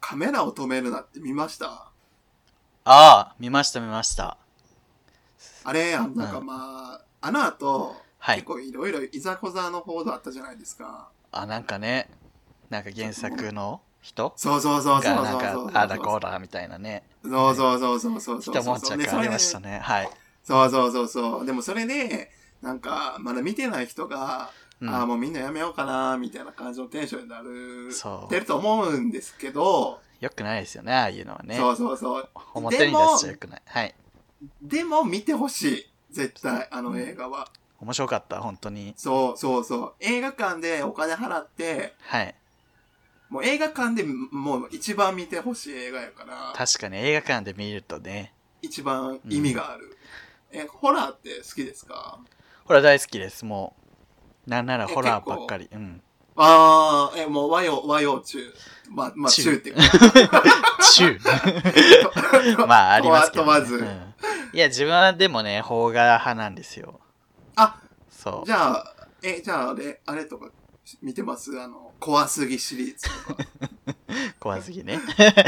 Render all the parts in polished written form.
カメラを止めるなって見ました？ ああ、見ました見ました。 あれ、なんかあの後、 はい、 結構いろいろいざこざの報道あったじゃないですか。 なんかね、なんか原作の人そうがなんかあだこうだみたいなね。 そうそうそうそうそうそう一悶着ありましたね。はい。 そうそうそうそう。でもそれで、なんか、まだ見てない人が、もうみんなやめようかな、みたいな感じのテンションになる、てると思うんですけど、 よくないですよね、ああいうのはね。 そうそうそう。 表に出しちゃよくない。はい。 でも見てほしい。絶対、あの映画は。 面白かった、本当に。 そうそうそう。映画館でお金払って、 はい。 もう映画館でもう一番見てほしい映画やから。 確かに映画館で見るとね。 一番意味がある。ホラーって好きですか？ ホラー大好きです、もう。なんならホラーばっかり。うん。 もう和洋中。中っていうか。 中まあ、ありますけど、ね。 問わず。 いや、自分はでもね、邦画派なんですよ。そう。 じゃああれとか見てます？怖すぎシリーズとか。 怖すぎね。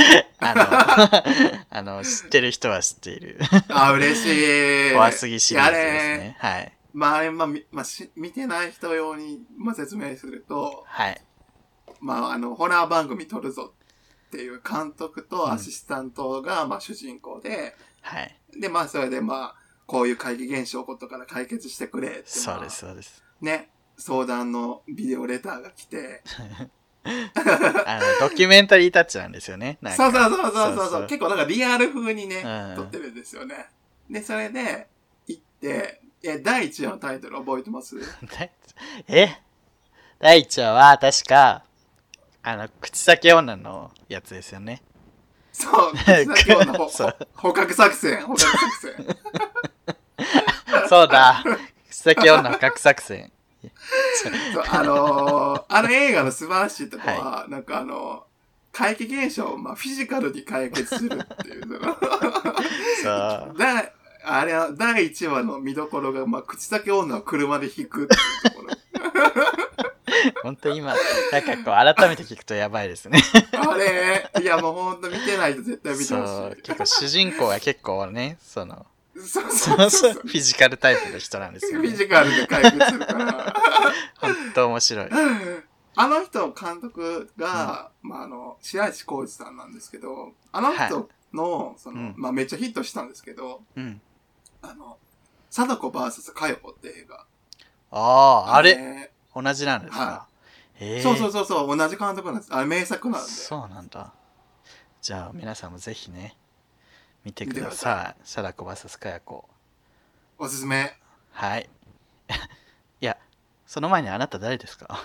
知ってる人は知っている。 嬉しい。 怖すぎシリーズですね。はい。 見てない人用に、説明すると、 はい。 ホラー番組撮るぞっていう監督とアシスタントが、主人公で、 はい。 で、それでこういう怪奇現象ことから解決してくれって。 そうです、そうです。 ね、相談のビデオレターが来て。 ドキュメンタリータッチなんですよね。 そう。結構リアル風にね、撮ってるんですよね。で、それで、行って、第1話のタイトル覚えてます？ 第1話は確か、口先女のやつですよね。 そう、口先女の捕獲作戦。 そうだ、口先女の捕獲作戦。 そうあの映画の素晴らしいとこは、なんか怪奇現象をフィジカルに解決するっていうのそうあれは第1話の見どころが、口先女を車で引くっていうところ。 本当に今、なんかこう改めて聞くとやばいですね。 あれいやもう本当見てないと絶対見てほしい。そう、 結構主人公は結構ね、 そうフィジカルタイプの人なんですよ、ね。 フィジカルで解決するから。 本当面白い。 あの人、監督が、白石浩二さんなんですけど、あの人の、めっちゃヒットしたんですけど、貞子 VS 佳代子って映画。 あれ同じなんですか？ そう、同じ監督なんです。あれ名作なんで。 そうなんだ。じゃあ皆さんもぜひね、見てください。貞子 VS 佳代子。 おすすめ。 はい。いや、その前にあなた誰ですか？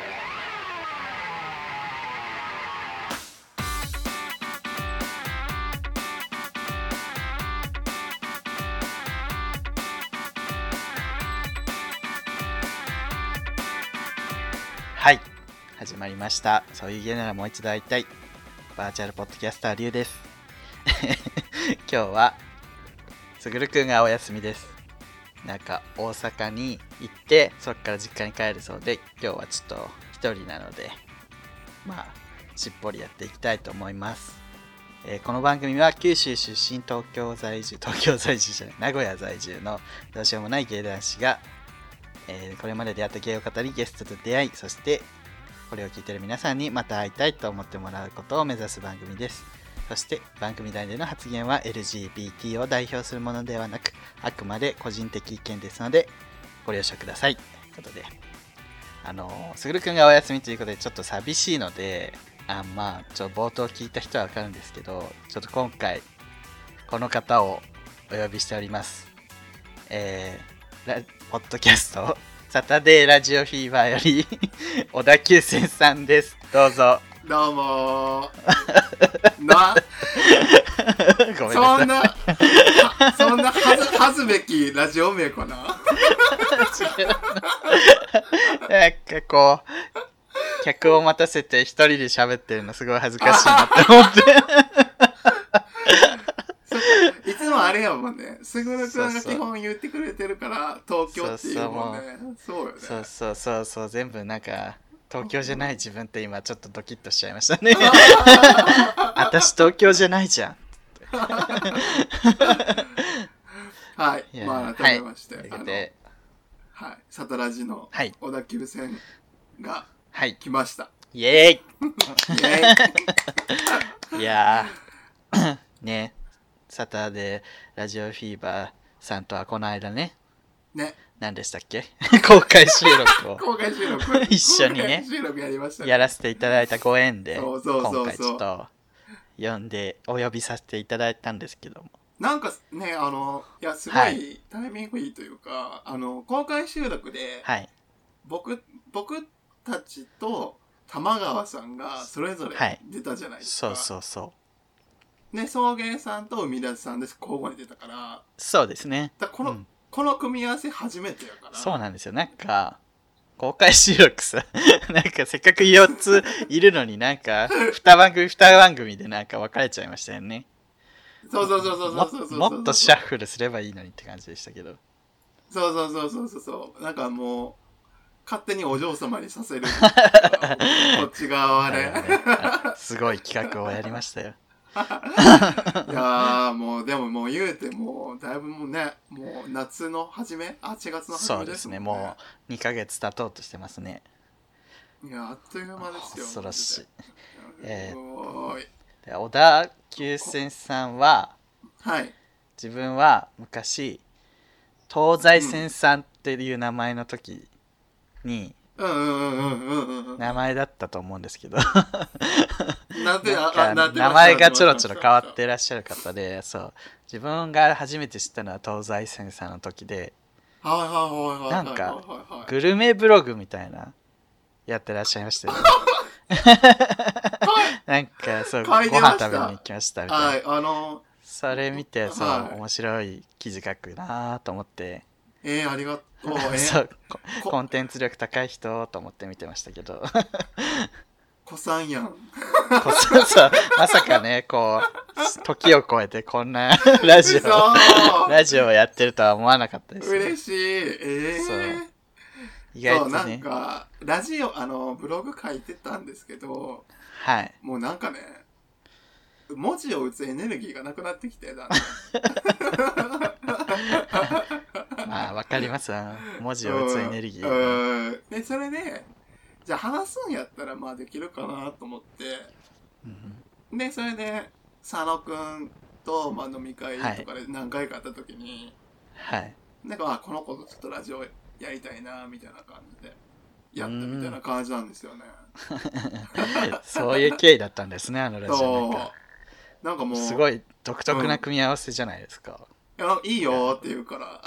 はい、始まりました。そういう家ならもう一度会いたい。バーチャルポッドキャスターリュウです。今日はすぐるくんがお休みです。なんか大阪に行ってそっから実家に帰るそうで、今日はちょっと一人なのでしっぽりやっていきたいと思います。この番組は九州出身、名古屋在住のどうしようもない芸男子がこれまで出会った芸を語り、ゲストと出会い、そしてこれを聞いている皆さんにまた会いたいと思ってもらうことを目指す番組です。そして番組内での発言は LGBT を代表するものではなく、あくまで個人的意見ですのでご了承くださいということで、すぐるくんがお休みということでちょっと寂しいので、冒頭聞いた人はわかるんですけど、ちょっと今回この方をお呼びしております。ポッドキャストサタデーラジオフィーバーより小田急線さんです。どうぞ。 どうもごめんなさい。 そんな恥ずべきラジオ名かな。 なんかこう客を待たせて一人で喋ってるのすごい恥ずかしいなって思って。 いつもあれやもんね。すぐるくんが基本言ってくれてるから東京っていうもんね。そうよね。 そう、全部なんか東京じゃない自分って今ちょっとドキッとしちゃいましたね。 私東京じゃないじゃん。 はい。 いやまあ、改めまして。 はい。 サタラジの小田急線が来ました。 イエーイいやー、ね、サタでラジオフィーバーさんとはこの間ね、何でしたっけ公開収録を一緒にねやらせていただいたご縁で今回ちょっとお呼びさせていただいたんですけども、 なんかねいやすごいタイミングいいというか、公開収録で、僕たちと玉川さんがそれぞれ出たじゃないですか。そうね、送迎さんと海立さんです交互に出たから。そうですね。この組み合わせ初めてやから。 そうなんですよ。なんか公開収録さなんかせっかく4ついるのになんか2番組でなんか分かれちゃいましたよね。 そうもっとシャッフルすればいいのにって感じでしたけど。 そうなんかもう勝手にお嬢様にさせるこっち側はねすごい企画をやりましたよ。 いやもうでももう言うてもうだいぶもうね、もう夏の初め4月の初めですもんね。 そうですね、もう2ヶ月経とうとしてますね。 いやあっという間ですよ。 恐ろしい。小田急線さんは、自分は昔東西線さんっていう名前の時に名前だったと思うんですけど名前がちょろちょろ変わってらっしゃる方で、そう自分が初めて知ったのは東西線さんの時で、なんかグルメブログみたいなやってらっしゃいましたよねなんかそうご飯食べに行きましたみたいな、それ見てそう面白い記事書くなと思って、 ありがとう。 そうコンテンツ力高い人と思って見てましたけど子さんやんそうまさかねこう時を超えてこんなラジオをやってるとは思わなかったです、ね、 嬉しい。そう意外とね、なんかラジオブログ書いてたんですけど、もうなんかね文字を打つエネルギーがなくなってきてだんだんまあわかりますわ、文字を打つエネルギーでそれでじゃあ話すんやったらまあできるかなと思って、でそれで佐野くんと、まあ、飲み会とかで何回か会った時に、なんかこの子とちょっとラジオやりたいなみたいな感じでやったみたいな感じなんですよねそういう経緯だったんですね、あのラジオ。なんかもうすごい独特な組み合わせじゃないですか。 いいよって言うから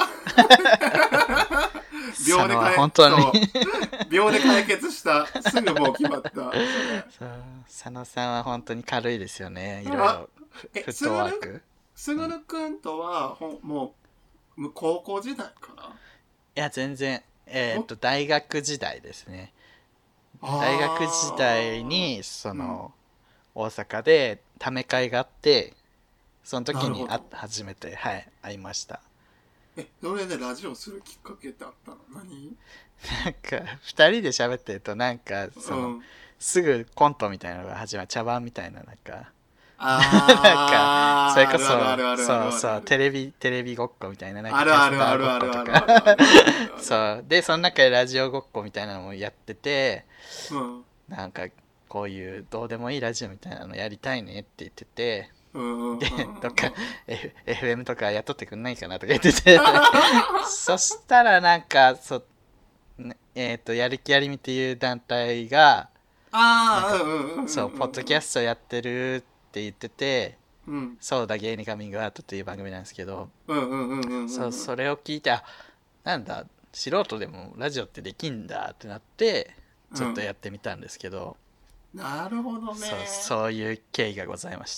秒で解決した。すぐもう決まった佐野さんは本当に軽いですよね、いろいろフットワーク。 すぐるくんとはもう高校時代かな。 いや全然大学時代ですね。大学時代にその、大阪でため会があって、その時に初めて会いました。 それでラジオするきっかけってあったの？何？ なんか2人で喋ってるとなんかその、すぐコントみたいなのが始まる、茶番みたいななんかそれこそそうテレビごっこみたいな、なんかキャスターごっことかそうでその中でラジオごっこみたいなのもやってて、なんかこういうどうでもいいラジオみたいなのやりたいねって言ってて、でどっか、FM とか雇ってくんないかなとか言っててそしたらなんかやる気ありみっていう団体がそうポッドキャストやってるって言ってて、そうだ芸人カミングアウトっていう番組なんですけど、それを聞いて、なんだ素人でもラジオってできんだってなってちょっとやってみたんですけど、 なるほどね。 そういう経緯がございました。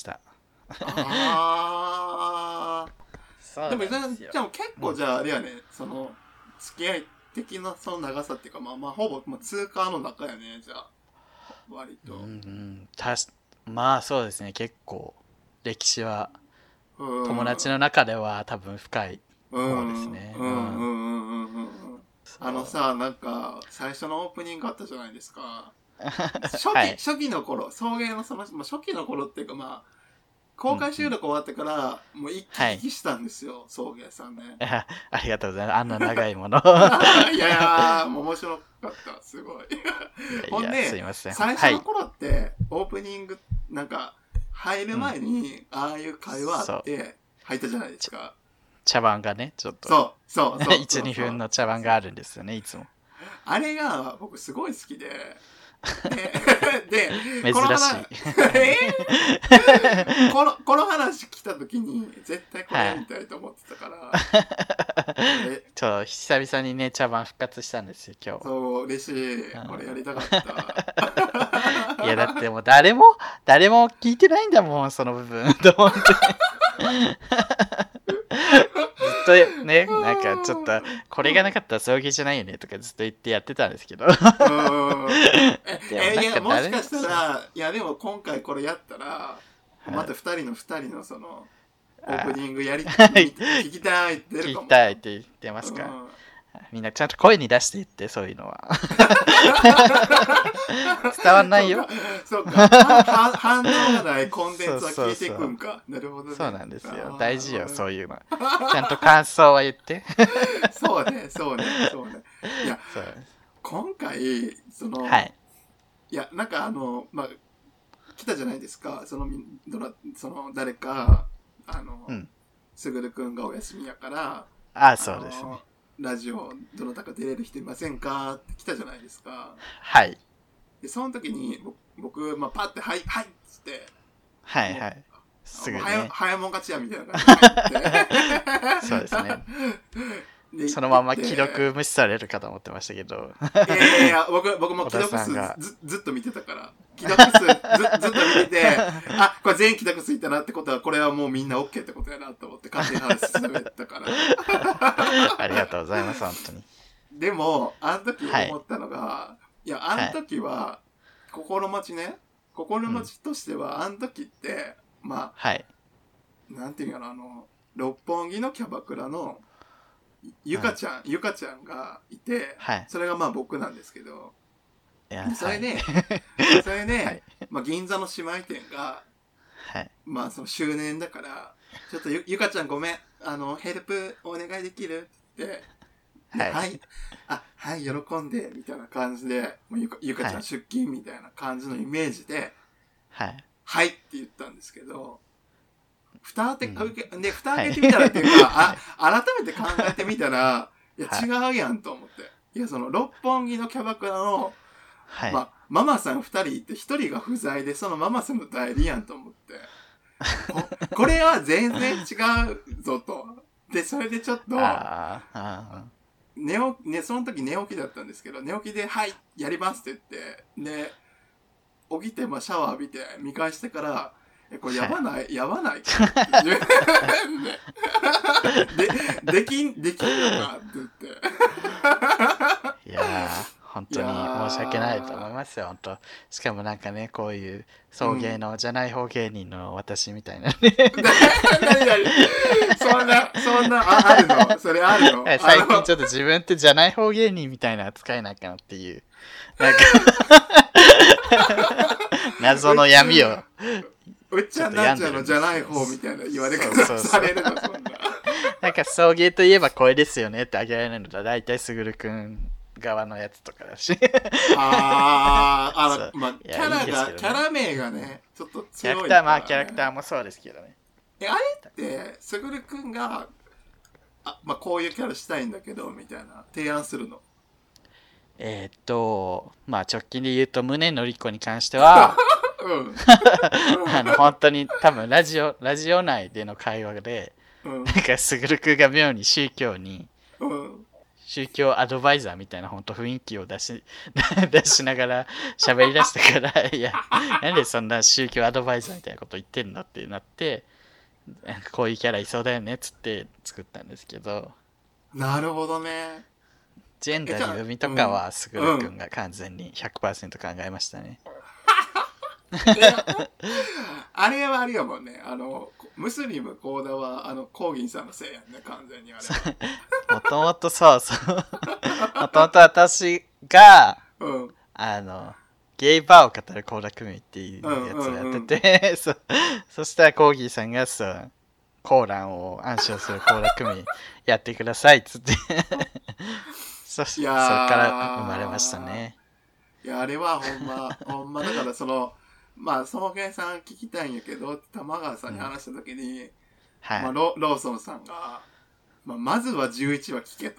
でもじゃあ結構じゃああれやね、その付き合い的なその長さっていうか、まあほぼ通過の中やね、じゃあ割と。 まあそうですね、結構歴史は友達の中では多分深い方ですね。 さなんか最初のオープニングあったじゃないですか。 初期の頃、送迎の初期の頃っていうかまあ、公開収録終わってから、もう一気聞きしたんですよ、送迎さんね。 ありがとうございます。あんな長いもの。 いやー、もう面白かった、すごい。ほんで、 すいません。 最初の頃って、オープニング、なんか、入る前に、ああいう会話あって、入ったじゃないですか。 茶番がね、ちょっと。 そう。 1、2分の茶番があるんですよね、いつも。 あれが、僕すごい好きで、で珍しいこの話来た時に絶対これやりたいと思ってたから、 久々にね茶番復活したんですよ今日。 そう嬉しい、これやりたかったいやだってもう誰も聞いてないんだもんその部分と思ってずっとねなんかちょっとこれがなかったら送迎じゃないよねとかずっと言ってやってたんですけどいやもしかしたらいやでも今回これやったらまた2人のそのオープニング聞きたいって言ってるかも。 聞きたいって言ってますか、みんなちゃんと声に出して言ってそういうのは伝わんないよ。 そうか反応がないコンテンツは聞いていくんか。なるほどね。 そうなんですよ。大事よそういうの。ちゃんと感想は言ってそうねいや今回その、いやなんかまあ来たじゃないですか。その誰かすぐるくんがお休みやからそうですね。 ラジオどなたか出れる人いませんかって来たじゃないですか。 はい。 でその時に僕パッてはいっつってすぐね早もん勝ちやみたいな感じで入ってそうですねそのまま既読無視されるかと思ってましたけどいや僕も既読数ずっと見てたから既読数ずっと見ててこれ全員既読数いったなってことはこれはもうみんな OK ってことやなと思って勝手に話進めたからありがとうございます本当に。 でもあの時思ったのが、いやあの時は心持ちとしてはあの時ってまあ、なんていうかな六本木のキャバクラのゆかちゃんがいて、それがまあ僕なんですけど、それで、まあ銀座の姉妹店が、まあその周年だから、ちょっとゆかちゃんごめん、ヘルプお願いできるって、はい、喜んで、みたいな感じで、ゆかちゃん出勤みたいな感じのイメージで、はいって言ったんですけど、蓋開けてみたらっていうか、改めて考えてみたら、いや、違うやんと思って。いや、その、六本木のキャバクラの、まあ、ママさん2人いて、1人が不在で、そのママさんの代理やんと思って。これは全然違うぞと。で、それでちょっと、その時寝起きだったんですけど、寝起きで、はい、やりますって言って、で、起きて、シャワー浴びて、見返してから、これやばないかできんのかって言っていやー本当に申し訳ないと思いますよ本当。しかもなんかねこういう送迎のじゃない方芸人の私みたいなねそんなあるのそれあるの最近ちょっと自分ってじゃない方芸人みたいな扱いないかなっていうなんか謎の闇をうっちゃんなんちゃのじゃない方みたいな言われ方されるのそんななんか送迎といえばこれですよねってあげられるのだだいたいすぐるくん側のやつとかだしキャラ名がねちょっと強いキャラクターもそうですけどねあれってすぐるくんがこういうキャラしたいんだけどみたいな提案するの直近で言うと宗典子に関しては本当に多分ラジオ内での会話で、なんかすぐるくんが妙に宗教アドバイザーみたいな本当雰囲気を出しながら喋り出したからいやなんでそんな宗教アドバイザーみたいなこと言ってんのってなってこういうキャラいそうだよねっつって作ったんですけど。なるほどね。 ジェンダー読みとかはすぐるくんが完全に 100% 考えましたね。 あれはあれやもんね。ムスリムコーダはコーギンさんのせいやんね、完全にあれ。 もともとそうもともと私が、 ゲイバーを語る倖田來未っていうやつをやってて、そしたらコーギーさんがコーランを暗唱する倖田來未やってくださいっつってそれから生まれましたね。 いや、あれはほんまだからまあ、送迎さん聞きたいんやけど、玉川さんに話したときに、 はい、 まあ、ローソンさんが、まずは11話聞けと。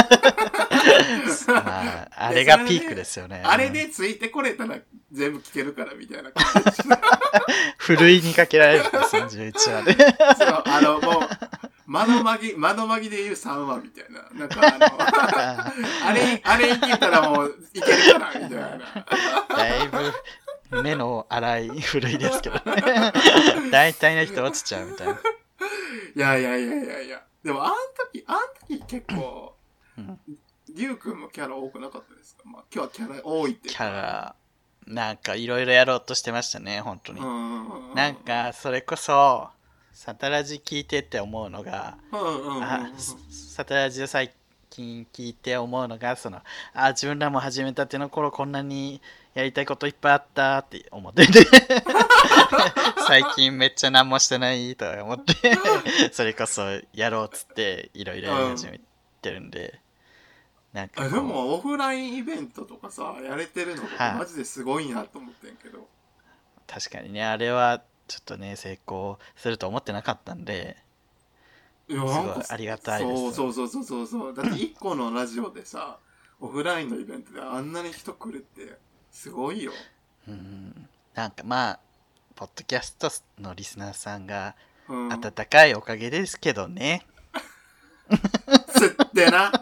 まあ、あれがピークですよね。 あれでついてこれたら全部聞けるからみたいな感じ。 ふるいにかけられるんですよ、11話で。 そう、もう、窓まぎで言う3話みたいな。なんかあれ聞いたらもういけるからみたいな。 だいぶ目の粗いふるいですけどね。大体の人落ちちゃうみたいな。 いや。でもあん時結構、りゅうくんもキャラ多くなかったですか？まあ今日はキャラ多いっていうか。 キャラ、なんかいろいろやろうとしてましたね、本当に。なんかそれこそ、サタラジ聞いてって思うのが、サタラジを最近聞いて思うのが、自分らも始めたての頃こんなにやりたいこといっぱいあったって思ってて最近めっちゃ何もしてないと思ってそれこそやろうっつっていろいろやり始めてるんで、なんかでもオフラインイベントとかさやれてるのがマジですごいなと思ってんけど、 確かにね、あれはちょっとね成功すると思ってなかったんで、すごいありがたいです。 そうだって1個のラジオでさオフラインのイベントであんなに人来るってすごいよ。 なんかまあポッドキャストのリスナーさんが温かいおかげですけどね。 つってな。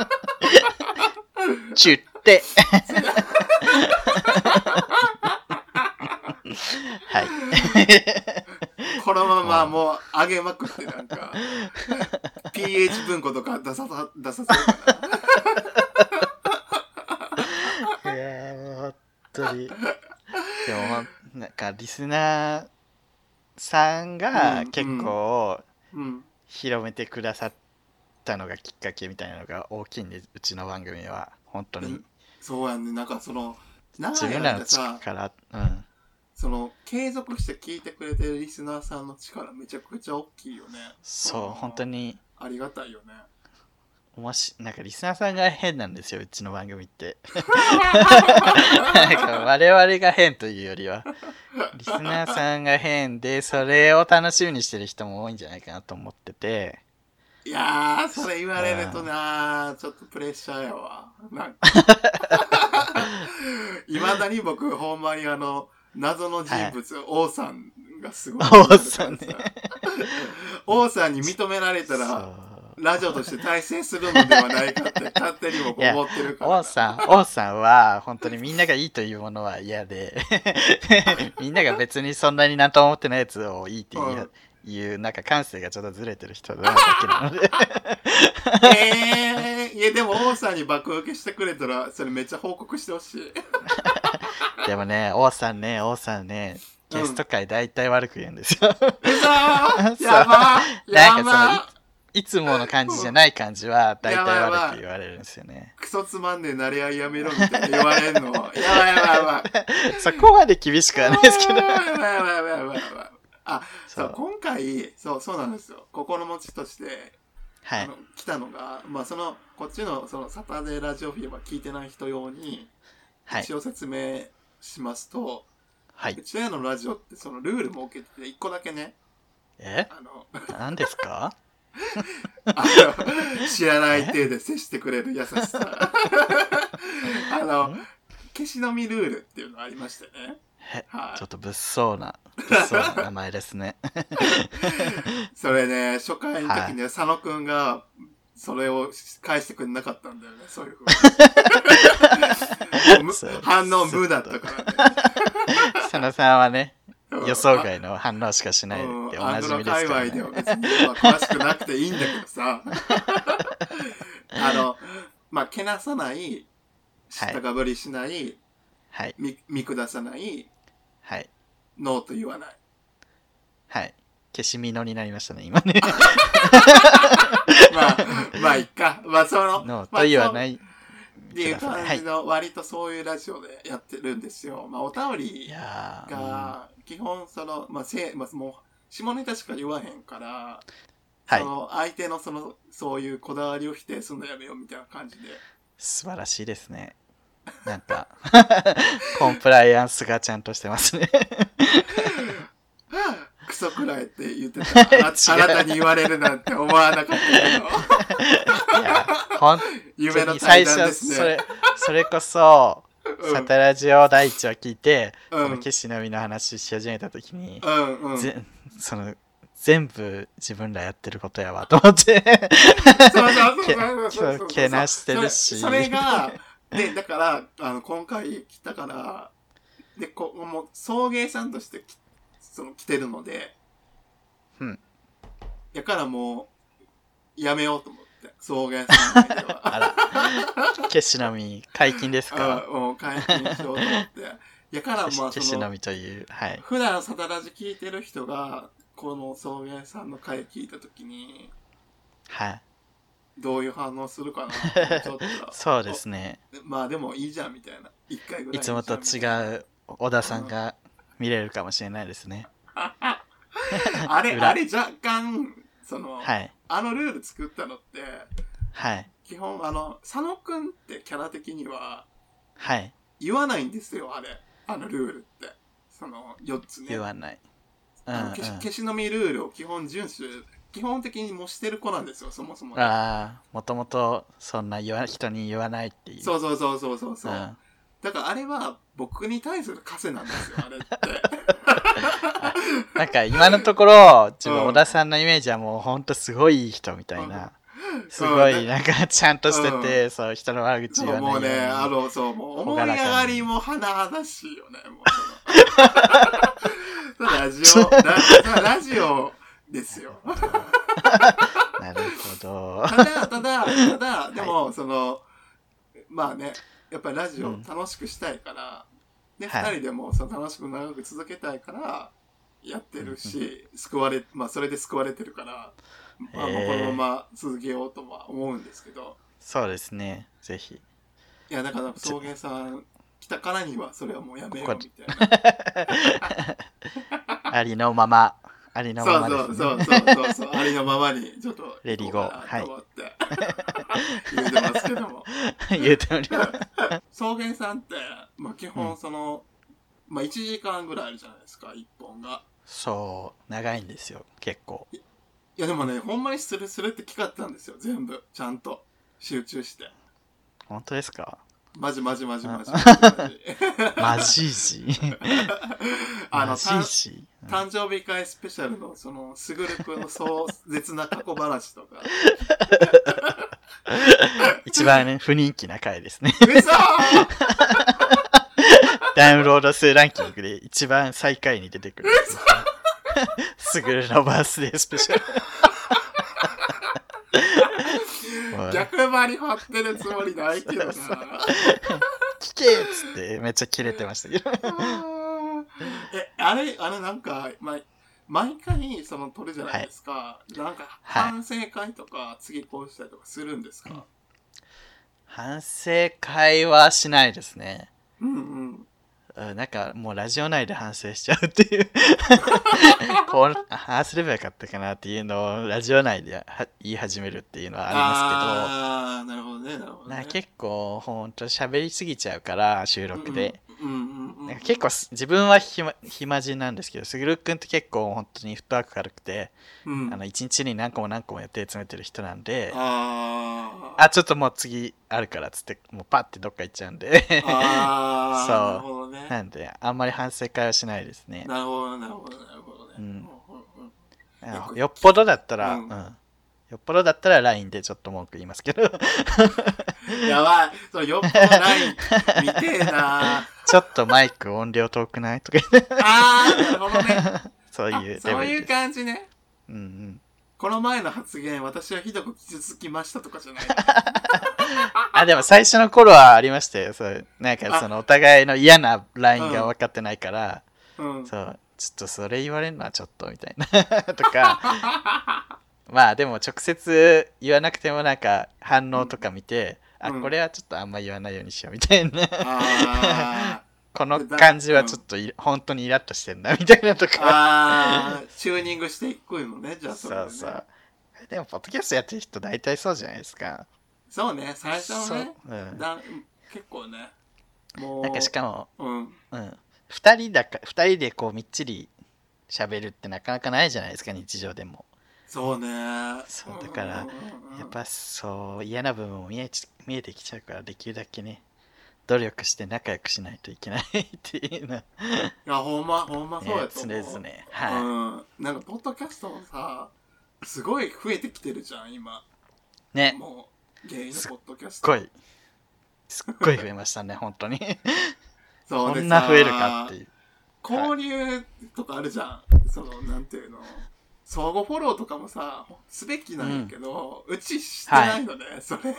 ちゅってはいこのままもう上げまくってなんかPH 文庫とか出させるかな。いや本当にでもなんかリスナーさんが結構広めてくださったのがきっかけみたいなのが大きいんで、うちの番組は本当にそうやんね。なんか自分らの力、 継続して聞いてくれてるリスナーさんの力めちゃくちゃ大きいよね。 そう本当にありがたいよね。 なんかリスナーさんが変なんですよ、うちの番組ってなんか我々が変というよりはリスナーさんが変で、それを楽しみにしてる人も多いんじゃないかなと思ってて。 いやー、それ言われるとなー、ちょっとプレッシャーやわ。なんかいまだに僕ほんまに謎の人物、王さんがすごい。 王さんね。 王さんに認められたらラジオとして大成するのではないかって勝手に僕思ってるから。 王さんは本当にみんながいいというものは嫌でみんなが別にそんなになんとも思ってないやつをいいっていうなんか感性がちょっとずれてる人なだけなのでいやでも王さんに爆受けしてくれたらそれめっちゃ報告してほしいでもね王さんねゲスト会大体悪く言うんですよやばなんかいつもの感じじゃない感じは大体悪く言われるんですよね。 クソつまんねえ慣れ合いやめろみたいな言われんのやばいそこまで厳しくはないですけどそう今回そうなんですよ。心持ちとして、来たのが、まあこっちのサタデーラジオフィーバー聞いてない人用に一応説明しますと、うちらのラジオってルール設けてて1個だけね。 何ですか？ 知らない体で接してくれる優しさ消し飲みルールっていうのがありましてね。 ちょっと物騒な名前ですねそれね、初回の時に佐野くんがそれを返してくれなかったんだよね。そういう風に反応無だったからね佐野さんはね予想外の反応しかしないっておなじみですからね。 界隈では別に詳しくなくていいんだけどさまあけなさない、知ったかぶりしない、見下さない、ノーと言わない。 消しミノになりましたね今ねまあいっか。 ノーと言わないっていう感じの、割とそういうラジオでやってるんですよ。まあ、おたおりが、基本その、もう、下ネタしか言わへんから、その、相手のそういうこだわりを否定するのやめようみたいな感じで。 素晴らしいですね。なんか、コンプライアンスがちゃんとしてますね。 クソくらいって言ってた。あなたに言われるなんて思わなかったけど。いや、 夢の対談ですね。最初、それこそ、サタラジオ第一話聞いて、この決死のみの話し始めたときに、全部自分らやってることやわと思って、けなしてるし。 それが、で、だから、今回来たから、で、もう、送迎さんとして来てるので、やからもう、やめようと思って、送迎さんの間は。 あら、決死のみ解禁ですか？ もう解禁しようと思って。やからまあ、 決死のみという、 普段サタラジ聞いてる人が、この送迎さんの回聞いたときに、どういう反応するかなちょっとそうですね。 まあでもいいじゃんみたいな。一回ぐらい。 いつもと違う小田さんが見れるかもしれないですね。 あれ若干、あのルール作ったのって、基本佐野くんってキャラ的には、言わないんですよ、あのルールって。4つね。 言わない。 消し飲みルールを基本的に模してる子なんですよ、そもそも。 もともとそんな人に言わないっていう。 そう。だからあれは僕に対する枷なんですよ、あれって。 なんか今のところ、自分小田さんのイメージはもうほんとすごいいい人みたいな。すごいなんかちゃんとしてて、そう人の悪口言わないように。 もうね、もう思い上がりも甚だしいよね、もうラジオですよ。 なるほど。 ただ、でも、まあね、やっぱりラジオ楽しくしたいから、二人でも楽しく長く続けたいから、やってるし、それで救われてるから、このまま続けようとは思うんですけど。 そうですね、ぜひ。 いや、だから送迎さん来たからにはそれはもうやめようみたいな。 ありのままですね。 そう。ありのままにちょっとレディゴー。 と思って言うてますけども。 言うております。 送迎さんって、まあ基本まあ1時間ぐらいあるじゃないですか、1本が。 そう、長いんですよ、結構。 いやでもね、ほんまにするって聞かってたんですよ、全部。ちゃんと。集中して。 本当ですか？ マジ。 マジジ誕生日会スペシャルのすぐるくんの壮絶な過去話とか一番ね不人気な回ですね。 嘘ダウンロード数ランキングで一番最下位に出てくるすぐるのバースデースペシャル。 逆張り張ってるつもりないけどな。聞けっつってめっちゃキレてましたけど。 なんか、毎回撮るじゃないですか。なんか反省会とか、次こうしたりとかするんですか？ 反省会はしないですね。なんかもうラジオ内で反省しちゃうっていうこうああすればよかったかなっていうのをラジオ内で言い始めるっていうのはありますけど、なるほどね。 結構ほんと喋りすぎちゃうから収録で、結構自分は暇人なんですけど、すぐるくんって結構本当にフットワーク軽くて、一日に何個もやって詰めてる人なんで、ちょっともう次あるからっつってもうパッてどっか行っちゃうんでそうなるほどね。 なんであんまり反省会はしないですね。 なるほどね。 よっぽどだったら、よっぽどだったら LINE でちょっと文句言いますけどやばい、よっぽど LINE 見てえな。 ちょっとマイク音量遠くないとか言ってなるほどね。 そういうレベルです。 そういう感じね。この前の発言、私はひどく傷つきましたとかじゃないでも最初の頃はありましたよ。なんかお互いの嫌な LINE が分かってないから、ちょっとそれ言われるのはちょっとみたいなとかまあでも直接言わなくてもなんか反応とか見て、 これはちょっとあんま言わないようにしようみたいなこの感じはちょっと本当にイラッとしてんなみたいなとかチューニングしていくのね、じゃあそれ、ね、 そうでもポッドキャストやってる人大体そうじゃないですか。 そうね、最初のね、結構ね、もうなんかしかも、2人でこうみっちり喋るってなかなかないじゃないですか、日常でも。 そうね。 そうだからやっぱそう嫌な部分も見えてきちゃうから、できるだけね努力して仲良くしないといけないっていうの。いやほんまそうやと思う。 常々はい。 なんかポッドキャストもさすごい増えてきてるじゃん今。 ね。 もうゲイのポッドキャスト。 すっごい増えましたね本当に。 そうこんな増えるかっていう。 交流とかあるじゃん。そのなんていうの。相互フォローとかもさすべきなんやけど、うちしてないのね、それ。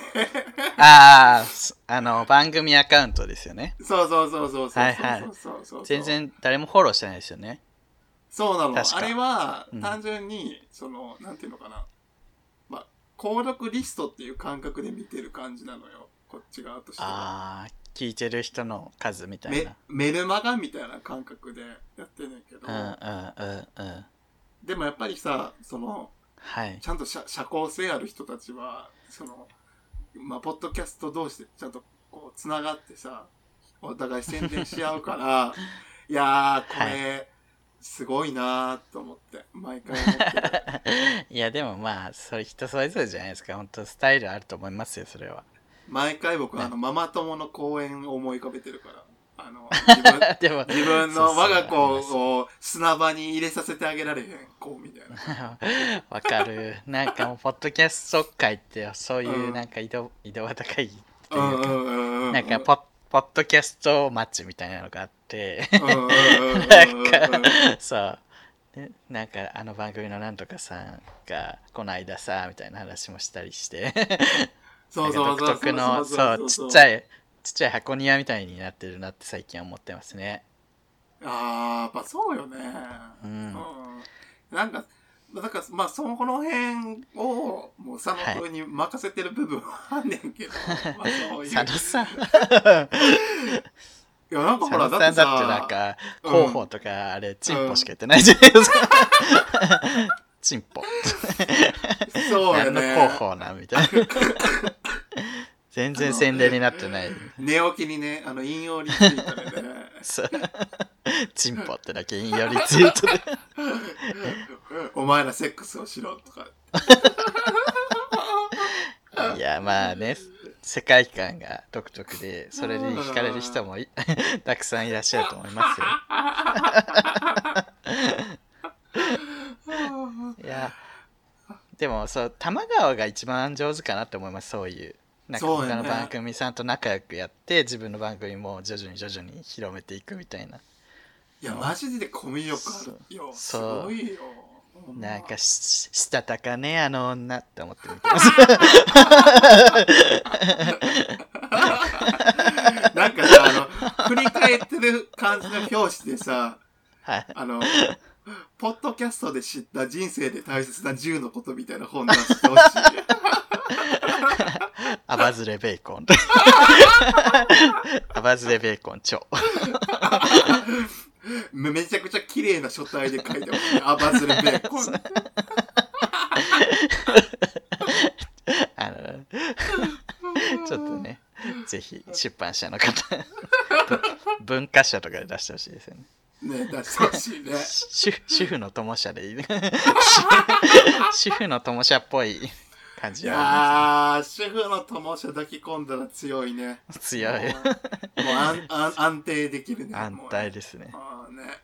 番組アカウントですよね。 そう全然誰もフォローしてないですよね。 そうなの。あれは単純にそのなんていうのかな、まあ購読リストっていう感覚で見てる感じなのよ、こっち側としては。 聞いてる人の数みたいな。 メルマガみたいな感覚でやってんねんけど。でもやっぱりさ、その、ちゃんと社交性ある人たちは、その、ポッドキャスト同士でちゃんとこう、つながってさ、お互い宣伝し合うから、いやー、これ、すごいなーと思って、毎回思ってる。 いや、でもそれ人それぞれじゃないですか。本当スタイルあると思いますよ、それは。 毎回僕、ママ友の公演を思い浮かべてるから。自分の我が子を砂場に入れさせてあげられへん子みたいな。 わかる。なんかもうポッドキャスト界ってそういうなんか井戸端会議っていうか、なんかポッドキャストマッチみたいなのがあって、なんかそうなんかあの番組のなんとかさんがこの間さみたいな話もしたりして、独特のちっちゃい箱庭みたいになってるなって最近思ってますね。 やっぱそうよね。なんかだからその辺をもう佐野君に任せてる部分はあんねんけど、そういう佐野さんいやなんかほら佐野さんだってなんか広報とかあれチンポしか言ってないじゃないですか。チンポそうやね。 何の広報なみたいな。全然宣伝になってない。 寝起きにね、引用リツイートでね。 チンポってだけ引用リツイートで。 お前らセックスをしろとか。 いや、世界観が独特で、それに惹かれる人もたくさんいらっしゃると思いますよ。いや、でも玉川が一番上手かなって思います、そういう。なんか他の番組さんと仲良くやって、自分の番組も徐々に広めていくみたいな。いやマジでコミュ力あるよ。すごいよ。 なんかしたたかねあの女って思って見てます。 なんかさ振り返ってる感じの表紙でさ、ポッドキャストで知った人生で大切な10のことみたいな本出してほしい。 アバズレベーコン。アバズレベーコン超。 めちゃくちゃ綺麗な書体で書いてますね。アバズレベーコン。 ちょっとね、ぜひ出版社の方、文化社とかで出してほしいですよね。 ね、出してほしいね。 主婦の友社でいいね。主婦の友社っぽい感じ。 いやー、主婦の友社抱き込んだら強いね。 強い。もう安定できるね。 安泰ですね。 ね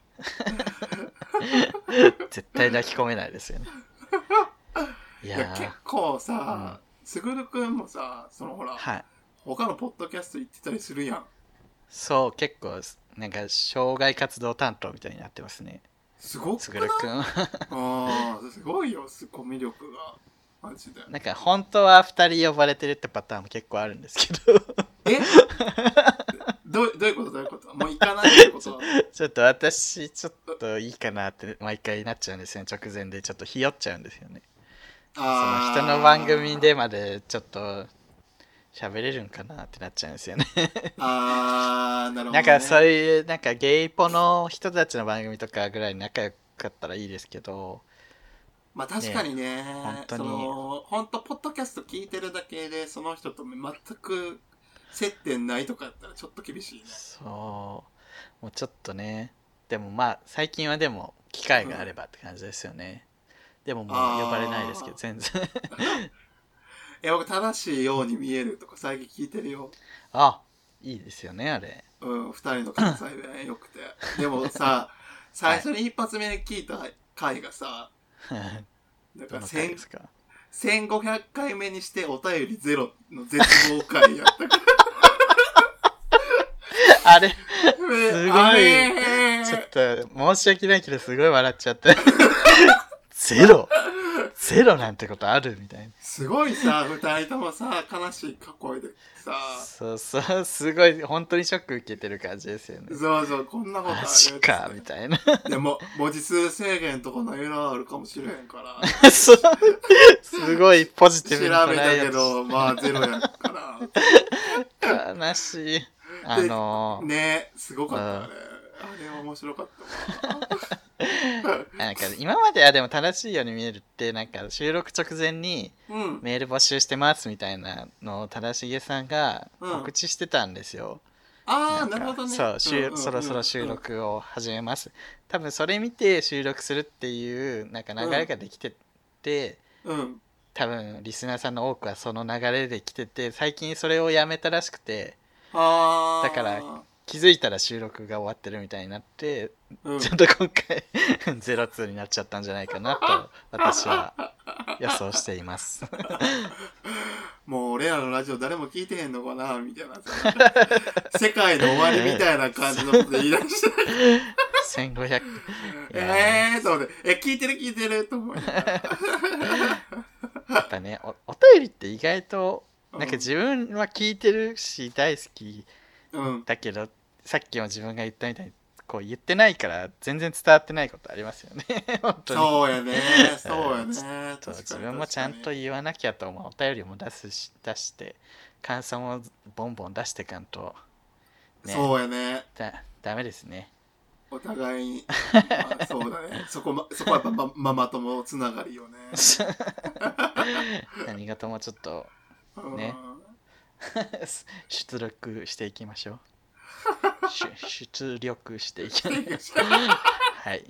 絶対抱き込めないですよね。 いや結構さ、すぐるくんもさ、そのほら、他のポッドキャスト行ってたりするやん。 そう、結構なんか障害活動担当みたいになってますね。 すごくない？ すぐるくん。 すごいよ、コミュ力が。マジで。 なんか本当は2人呼ばれてるってパターンも結構あるんですけど。 どういうこともう行かないってことちょっと私ちょっといいかなって毎回なっちゃうんですよね。直前でちょっとひよっちゃうんですよね。その人の番組でまでちょっと喋れるんかなってなっちゃうんですよねなるほど、ね、 なんかそういうなんかゲイポの人たちの番組とかぐらい仲良かったらいいですけど、 まあ確かにね、 本当に本当ポッドキャスト聞いてるだけでその人と全く接点ないとかやったらちょっと厳しいね。 そうもうちょっとね、でもまあ最近はでも機会があればって感じですよね、でももう呼ばれないですけど全然僕正しいように見えるとか最近聞いてるよ。 あ、いいですよねあれ。 二人の関西弁よくてでもさ最初に一発目に聞いた回がさ、なんか1500回目にしてお便りゼロの絶望回やったからあれすごいちょっと申し訳ないけどすごい笑っちゃったゼロなんてことあるみたいな。すごいさ、二人ともさ、悲しい声でさ。 そうそう、すごい、本当にショック受けてる感じですよね。 そうそう、こんなことある、ね。 マジか、みたいな。 でも、文字数制限とかのエラーあるかもしれへんから。 そうすごいポジティブに調べたけど、まあゼロやから。 悲しい。 ね、すごかったあれ。あれは面白かったわ。 なんか今まではでも正しいように見えるってなんか収録直前にメール募集してますみたいなのを正しげさんが告知してたんですよ、 なるほどね。 そう、そろそろ収録を始めます、多分それ見て収録するっていうなんか流れができてて、多分リスナーさんの多くはその流れで来てて、最近それをやめたらしくて、だから気づいたら収録が終わってるみたいになって、ちょっと今回02になっちゃったんじゃないかなと私は予想していますもう俺らのラジオ誰も聞いてへんのかなみたいな世界の終わりみたいな感じのこと言い出して 1500 と思って聞いてると思うやっぱね お便りって意外となんか自分は聞いてるし大好きだけど、さっきも自分が言ったみたいにこう言ってないから全然伝わってないことありますよね本当にそうやね自分もちゃんと言わなきゃと思う。お便りも出して感想もボンボン出してかんと、 ね、そうやねダメですねお互いに、そうだねそこはやっぱママ友つながりよね何事もちょっとね出力していきましょう出力していきましょうはい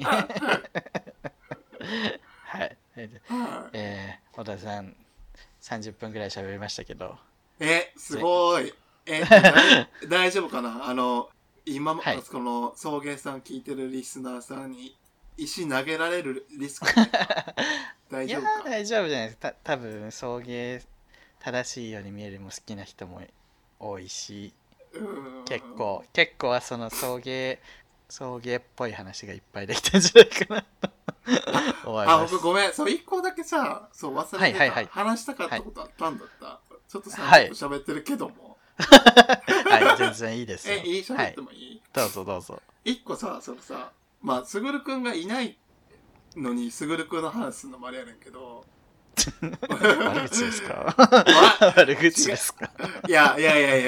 はい小田さん30分ぐらい喋りましたけどすごい大丈夫かな今、この送迎さん聞いてるリスナーさんに石投げられるリスク大丈夫か。 いや大丈夫じゃないですか。多分送迎正しいように見えるも好きな人も多いし、結構はその送迎っぽい話がいっぱいできたんじゃないかなと思います。 僕ごめん、一個だけさ、忘れてた、話したかったことあったんだった。ちょっと喋ってるけども。 はい、全然いいですよ。 喋ってもいい？ どうぞ。 一個さ、まあ、すぐるくんがいないのに、すぐるくんの話すんのもあれやねんけど。 悪口ですか？悪口ですか？ いや、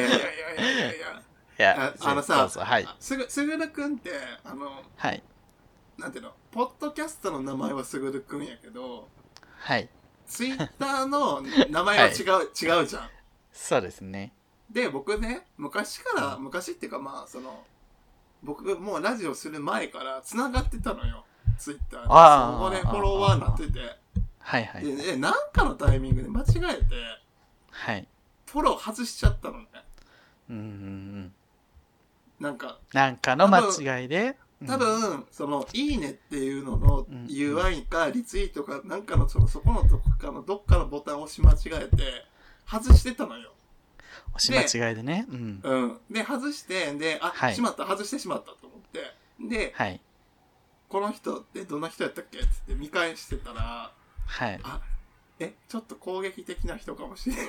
すぐるくんって、なんていうの、ポッドキャストの名前はすぐるくんやけど、ツイッターの名前は違うじゃん。 そうですね。 で、僕ね、昔っていうか僕もうラジオする前から繋がってたのよ。ツイッターで。そこでフォロワーになってて。で、なんかのタイミングで間違えて、フォロー外しちゃったのね。なんかの間違いで多分、いいねっていうのの UI かリツイートかなんかのそこのどっかのボタンを押し間違えて、外してたのよ。 押し間違いでね。 で、外して、で、外してしまったと思って。で、この人ってどんな人やったっけって見返してたら、ちょっと攻撃的な人かもしれない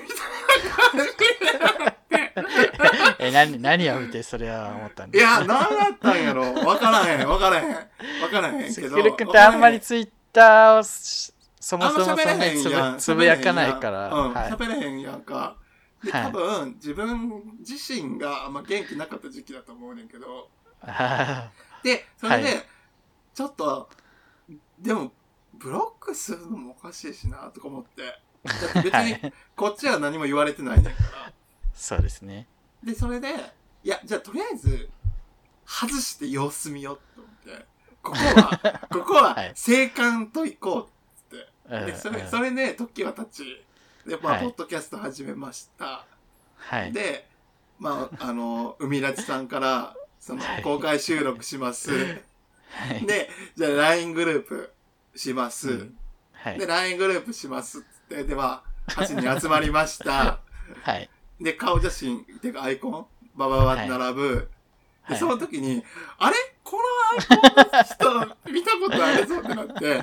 みたいな。 何を見てそれは思ったんですか？いや、何だったんやろ。わからへんけど。 スキル君ってあんまりツイッターをそもそもそんなにつぶやかないから。 喋れへんやんか。 で、多分、自分自身があんま元気なかった時期だと思うねんけど。で、それで、ちょっと、でも、ブロックするのもおかしいしな、とか思って。だって別に、こっちは何も言われてないねんから。 そうですね。 で、それで、いや、じゃあとりあえず、外して様子見ようと思って。ここは、静観と行こうって。で、それで、時は経ち、で、ポッドキャスト始めました。 はい。 で、海立さんから、公開収録します。 はい、 で、じゃあ LINE グループします。 はい、 で、LINE グループしますって。では、8人集まりました。 はい。 で、顔写真、てかアイコン、バババって並ぶ。で、その時に、あれこのアイコンの人見たことあるぞってなって、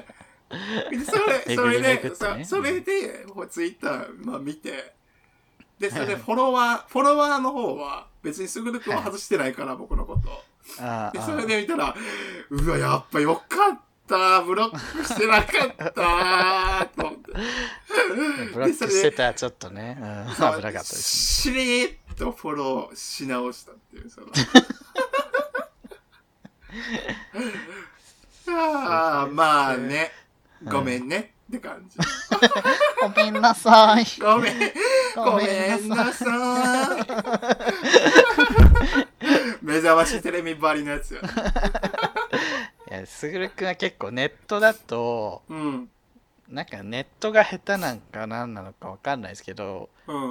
で、それで、ツイッター、見て、で、それでフォロワーの方は、別にすぐるくんは外してないから、僕のこと。で、それで見たら、うわ、やっぱよかったブロックしてなかったと思って。 ブロックしてたらちょっとね、危なかったです、ね。 しれーっとフォローし直したっていう、まあね、ごめんねって感じ。 ごめんなさい。 ごめんなさい。目覚ましテレビばりのやつや。 いや、すぐるくんは結構ネットだと、なんかネットが下手なんか何なのか分かんないですけど、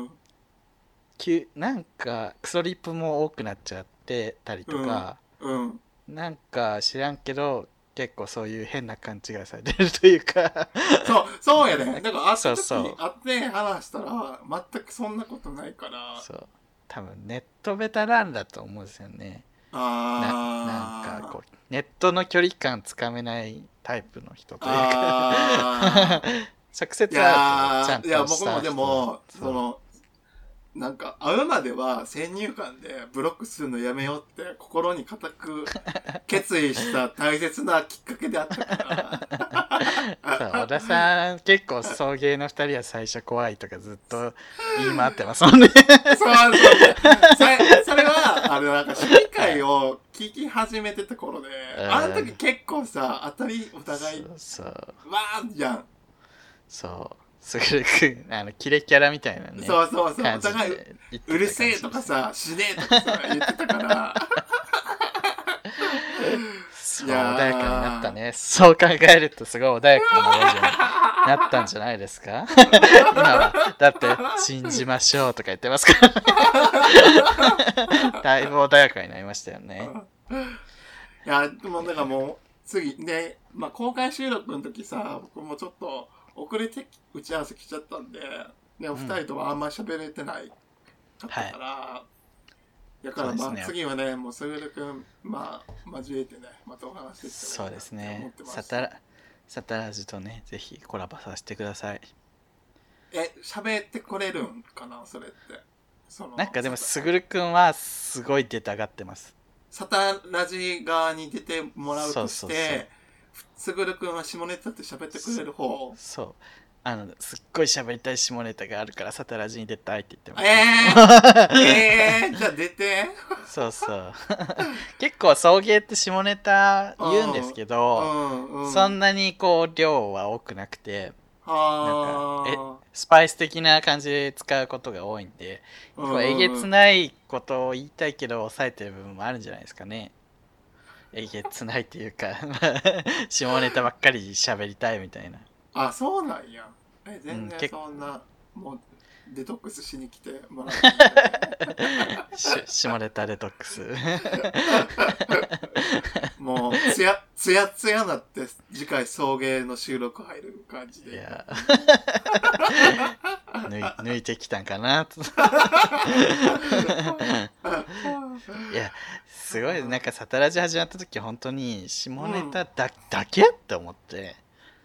なんかクソリップも多くなっちゃってたりとか、なんか知らんけど結構そういう変な勘違いされてるというかそうやね。だから会って話したら全くそんなことないから。 そう、多分ネットベタなんだと思うんですよね。なんかこうネットの距離感つかめないタイプの人というか直接会うとちゃんとした人。 いや僕もでもなんか会うまでは先入観でブロックするのやめようって心に固く決意した大切なきっかけであったからそう、小田さん結構送迎の2人は最初怖いとかずっと言い回ってますもんね。 それはなんか趣味会を聞き始めてた頃で、あの時結構さ当たりお互いそうわーじゃん。 そうすぐるくんキレキャラみたいなね。 そうお互いうるせえとかさしねえとかさ言ってたからそう穏やかになったね。そう考えるとすごい穏やかなラジオになったんじゃないですか今はだって信じましょうとか言ってますからだいぶ穏やかになりましたよね。 いやでもだからもう次で、公開収録の時さ僕もちょっと遅れて打ち合わせ来ちゃったんで、お二人とはあんまり喋れてないかったから、だから次はね、もうすぐるくん交えてね、またお話できたらいいなって思ってます。 サタラジとね、ぜひコラボさせてください。 喋ってくれるんかな、それって。 なんかでもすぐるくんはすごい出たがってます。 サタラジ側に出てもらうとして、すぐるくんは下ネタって喋ってくれる方？ そうすっごい喋りたい下ネタがあるからサタラジに出たいって言ってます。 じゃあ出て。 そう結構送迎って下ネタ言うんですけど、そんなにこう量は多くなくて、なんかスパイス的な感じで使うことが多いんで、えげつないことを言いたいけど抑えてる部分もあるんじゃないですかね。えげつないっていうか下ネタばっかり喋りたいみたいな。 あ、そうなんや。全然そんなもうデトックスしに来てもらって下ネタデトックスもうつやなって次回送迎の収録入る感じで。いや抜いてきたんかなといやすごいなんかサタラジ始まった時本当に下ネタだけって思って、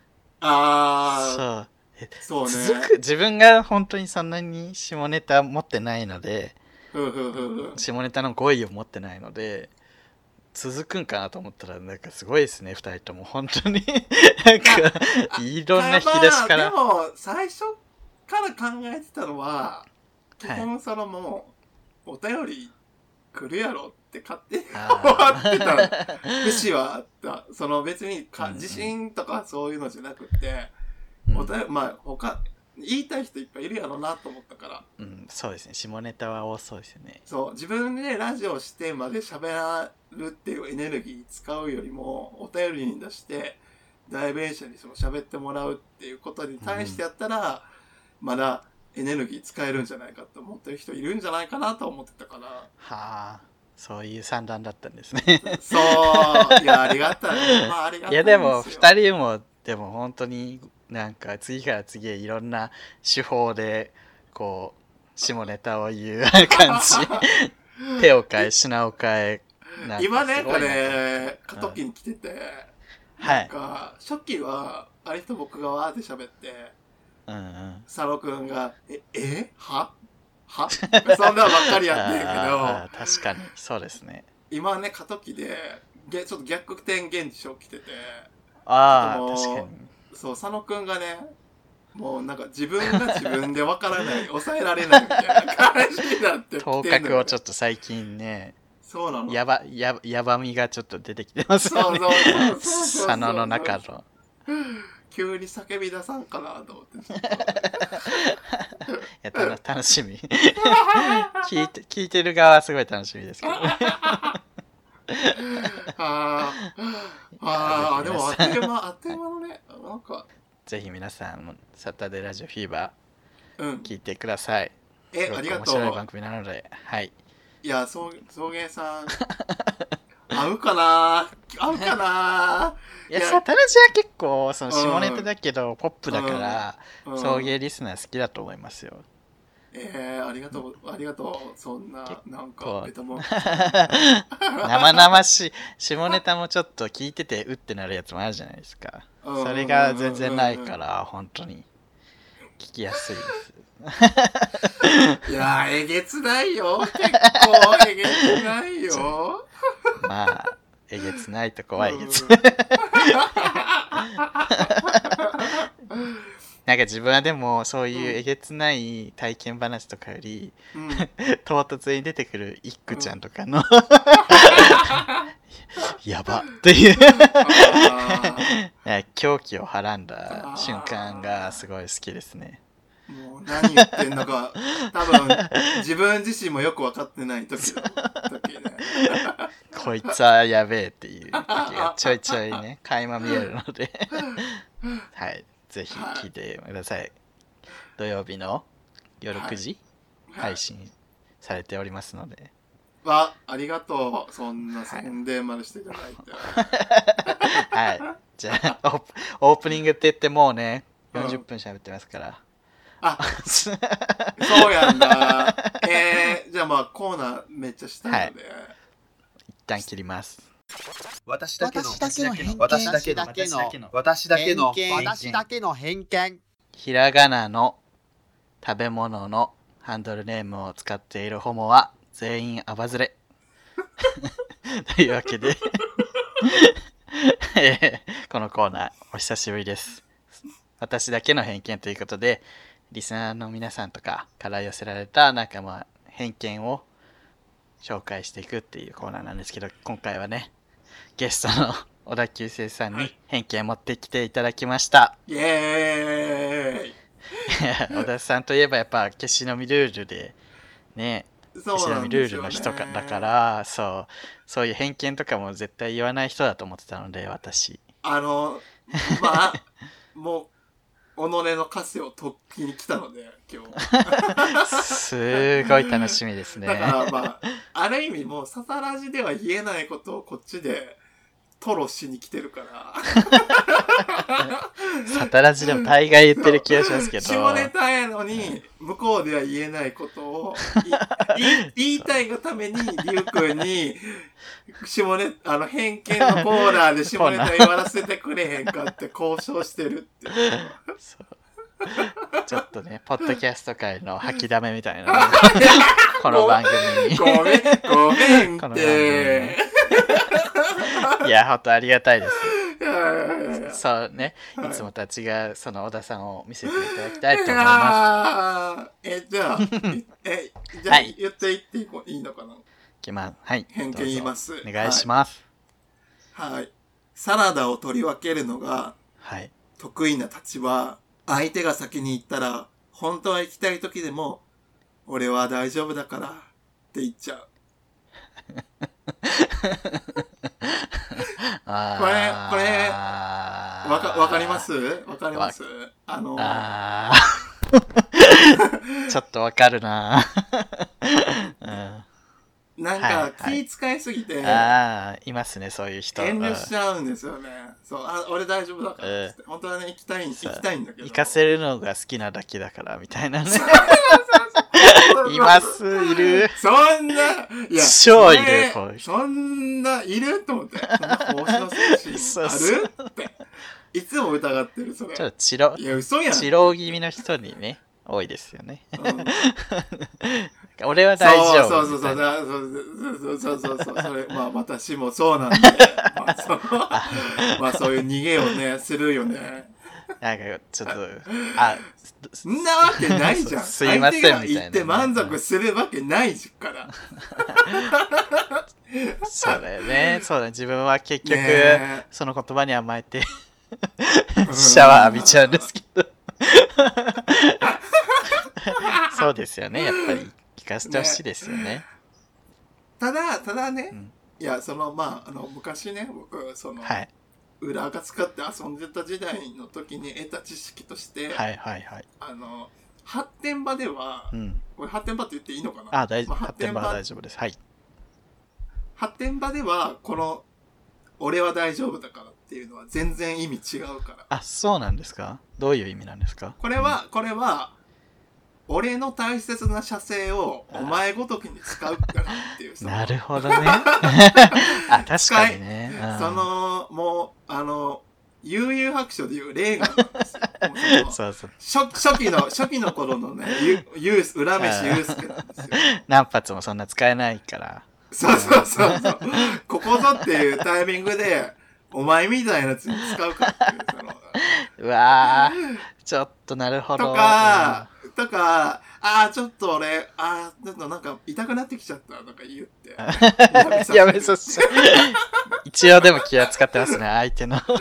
そうね、自分が本当にそんなに下ネタ持ってないので、下ネタの語彙を持ってないので続くんかなと思ったらなんかすごいですね、2人とも本当になんかいろんな引き出しから。 でも最初から考えてたのは基本そのもうお便り来るやろって勝手に思ってた節はあった。その別に自信とかそういうのじゃなくて、まあ他言いたい人いっぱいいるやろなと思ったから。 うん、そうですね。下ネタは多そうですよね。 そう、自分でラジオしてまで喋らるっていうエネルギー使うよりも、お便りに出して、代弁者にその喋ってもらうっていうことに対してやったら、まだエネルギー使えるんじゃないかと思ってる人いるんじゃないかなと思ってたから。はあ、そういう算段だったんですね。 そう、いや、ありがたい。まあ、ありがたいですよ。 いや、でも、二人も、でも本当になんか次から次へいろんな手法で、こう、下ネタを言う感じ。手を変え、品を変え。 今ね、これ、過渡期に来てて、なんか、初期は、あれと僕がわーって喋って、佐野くんが、はそんなのばっかりやってるけど。 確かに、そうですね。 今ね、過渡期で、ちょっと逆転現象来てて。 確かに。 そう、佐野くんがね、もうなんか自分が自分でわからない、抑えられないみたいな感じになってきて頭角をちょっと最近ね、 そうなの。 やばみがちょっいてきてますよね。佐野の中の。 急に叫び出さんかなと思って。いや楽しみ。聞いてる側はすごい楽しみですけど。でもあっという間のね、なんか。 ぜひ皆さんもサタデーラジオフィーバー聞いてください。 ありがとう。 面白い番組なので、はい。 いや、送迎さん、合うかないや、サタラジは結構、その下ネタだけど、ポップだから、送迎リスナー好きだと思いますよ。 ありがとう。そんな、なんか、 生々しい、下ネタもちょっと聞いてて、うってなるやつもあるじゃないですか。それが全然ないから、本当に、聞きやすいです。 いやえげつないよ。結構えげつないよ。 まあ、えげつないとこはえげつ。なんか自分はでもそういうえげつない体験話とかより、唐突に出てくるいっくちゃんとかの、やばっていう狂気をはらんだ瞬間がすごい好きですね。 もう何言ってんのか多分自分自身もよく分かってない時ね。 こいつはやべえっていう時がちょいちょいね垣間見えるのではい、ぜひ聞いてください。土曜日の夜9時、配信されておりますので。 ありがとう。そんな宣伝までしていただいて。 はい。じゃあオープニングって言ってもうね40分喋ってますから。 そうやんだ。じゃあまあコーナーめっちゃしたいので、 一旦切ります。 私だけの偏見。 ひらがなの食べ物のハンドルネームを使っているホモは全員アバズレというわけでこのコーナーお久しぶりです。私だけの偏見ということで、リスナーの皆さんとかから寄せられたなんかまあ偏見を紹介していくっていうコーナーなんですけど、今回はねゲストの小田急生さんに偏見持ってきていただきました。 イエーイ小田さんといえばやっぱ消しのみルールでね、消しのみルールの人だから、そういう偏見とかも絶対言わない人だと思ってたので、私まあもう己の枷を解きに来たので今日すごい楽しみですね。 だからまあある意味もうサタラジでは言えないことをこっちで吐露しに来てるからサタラジでも大概言ってる気がしますけど、 下ネタやのに向こうでは言えないことを言いたいがためにリュウ君に偏見のコーナーで下ネタ言わせてくれへんかって交渉してるっていうちょっとねポッドキャスト界の吐きだめみたいな、ね、この番組にごめんっていや本当ありがたいです。 そうね、いつもとは違うその小田さんを見せていただきたいと思います。じゃあ言っていっていいのかな。 はい、 偏見言います。 お願いします。 はい。サラダを取り分けるのが得意なたちは、相手が先に行ったら、本当は行きたい時でも、俺は大丈夫だからって言っちゃう。これわかります？わかります？ ちょっとわかるな。 なんか気使いすぎて、 いますね、そういう人。 遠慮しちゃうんですよね。そう、俺大丈夫だからって。本当はね、行きたいんだけど。 行かせるのが好きなだけだからみたいなね。いる。 そんな、いや、 超いる。 そんないると思って。そんな面白そうし、あるって。いつも疑ってる、それ。 ちょっといや、嘘やん。 治療気味の人にね、多いですよね。俺は大丈夫。 そう、それ、まあ私もそうなんで、まあそういう逃げをね、するよね。 なんかちょっと、 そんなわけないじゃん。 すいませんみたいな。 相手が言って満足するわけないから。 そうだよね。そうだ、自分は結局、その言葉に甘えて、シャワー浴びちゃうんですけど。そうですよね、やっぱり。聞かせてほしいですよね。 ただね、いや、昔ね、僕、裏垢使って遊んでた時代の時に得た知識として、発展場では、これ発展場って言っていいのかな？ 発展場は大丈夫です。はい。 発展場では、俺は大丈夫だからっていうのは全然意味違うから。 そうなんですか？どういう意味なんですか？ これは、俺の大切な射精をお前ごときに使うからっていう。 なるほどね。確かにね。 もう、悠々白書でいうレーガンなんですよ。初期の頃のね、浦飯祐介なんですよ。 何発もそんな使えないから。 そう。ここぞっていうタイミングで、お前みたいなやつに使うからっていう。 うわー、ちょっとなるほど。 とか、ちょっと俺、ちょっとなんか痛くなってきちゃったとか言って。 やめさせて。一応でも気は使ってますね、相手の。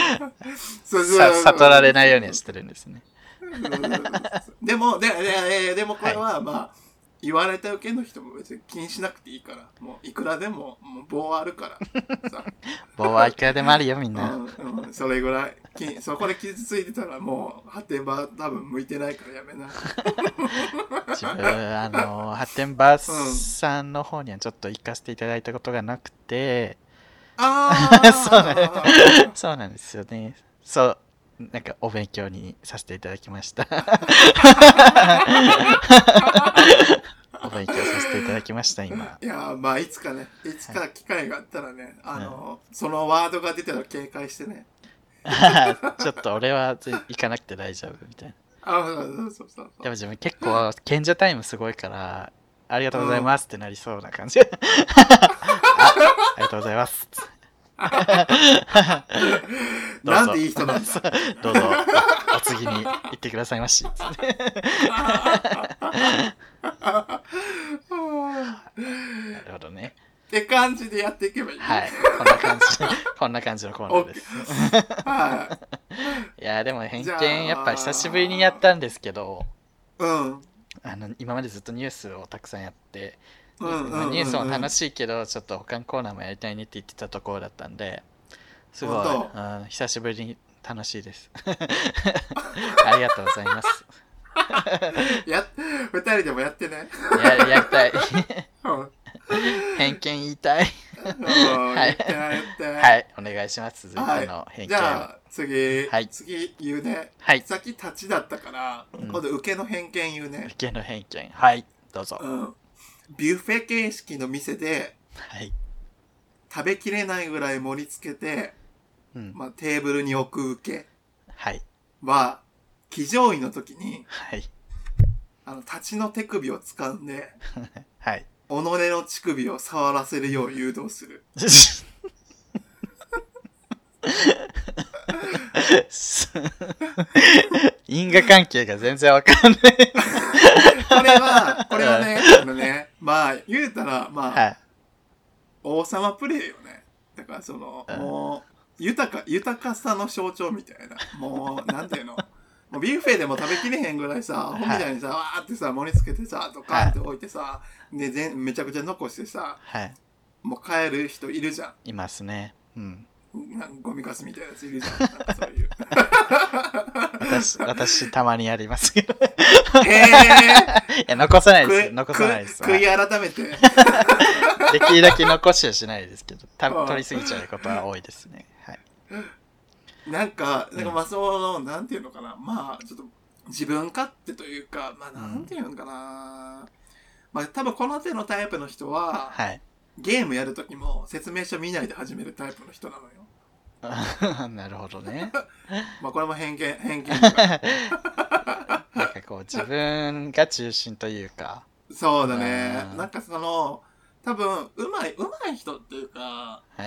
悟られないようにはしてるんですね。 でもこれはまあ、言われた受けの人も別に気にしなくていいから、もういくらでも棒はあるからさ。 棒はいくらでもあるよ、みんな。 それぐらい。そこで傷ついてたらもう発展場多分向いてないからやめな。 自分発展場さんの方にはちょっと行かせていただいたことがなくて。そうなんですよね。そう。なんかお勉強にさせていただきました。お勉強させていただきました、今。 いや、まあいつか機会があったらね、そのワードが出たら警戒してね。 ちょっと俺は行かなくて大丈夫みたいな。 そう。 でも自分結構賢者タイムすごいから、ありがとうございますってなりそうな感じ。ありがとうございます。 なんでいい人なんだ。 どうぞお次に行ってくださいまし。なるほどね。 って感じでやっていけばいい。 はい。こんな感じのコーナーです。いやでも偏見やっぱ久しぶりにやったんですけど、今までずっとニュースをたくさんやって。ニュースも楽しいけどちょっと他のコーナーもやりたいねって言ってたところだったんですごい、久しぶりに楽しいです。ありがとうございます。 2人でもやってね。 やりたい。偏見言いたい。はい、お願いします。続いての偏見。 じゃあ次言うね。さっき立ちだったから今度受けの偏見言うね。 受けの偏見、はいどうぞ。 ビュッフェ形式の店で、食べきれないぐらい盛り付けて、テーブルに置く受けは、騎乗位の時に、立ちの手首を使うんで、己の乳首を触らせるよう誘導する。 因果関係が全然わかんないこれはね、まあ、言うたら、まあ、はい、王様プレイよね。だからもう、豊かさの象徴みたいな。もう、なんていうのもうビュッフェでも食べきれへんぐらいさ、アホみたいにさ、わーってさ、盛り付けてさ、ドカーって置いてさ、で、めちゃくちゃ残してさ、はい、もう帰る人いるじゃん。 いますね。うん。 ゴミカスみたいなやついるじゃん。なんかそういう。 私たまにやりますけど。いや、残さないです。残さないです。 悔い改めて。 できるだけ残しはしないですけど、取りすぎちゃうことは多いですね。はい。 なんかまあなんていうのかな、まあちょっと自分勝手というか、まあなんていうのかな、まあ多分この手のタイプの人は、はい、ゲームやるときも説明書見ないで始めるタイプの人なのよ。なるほどね。 まあこれも偏見とか。 なんかこう自分が中心というか。 そうだね。なんか多分うまい人っていうか、はい、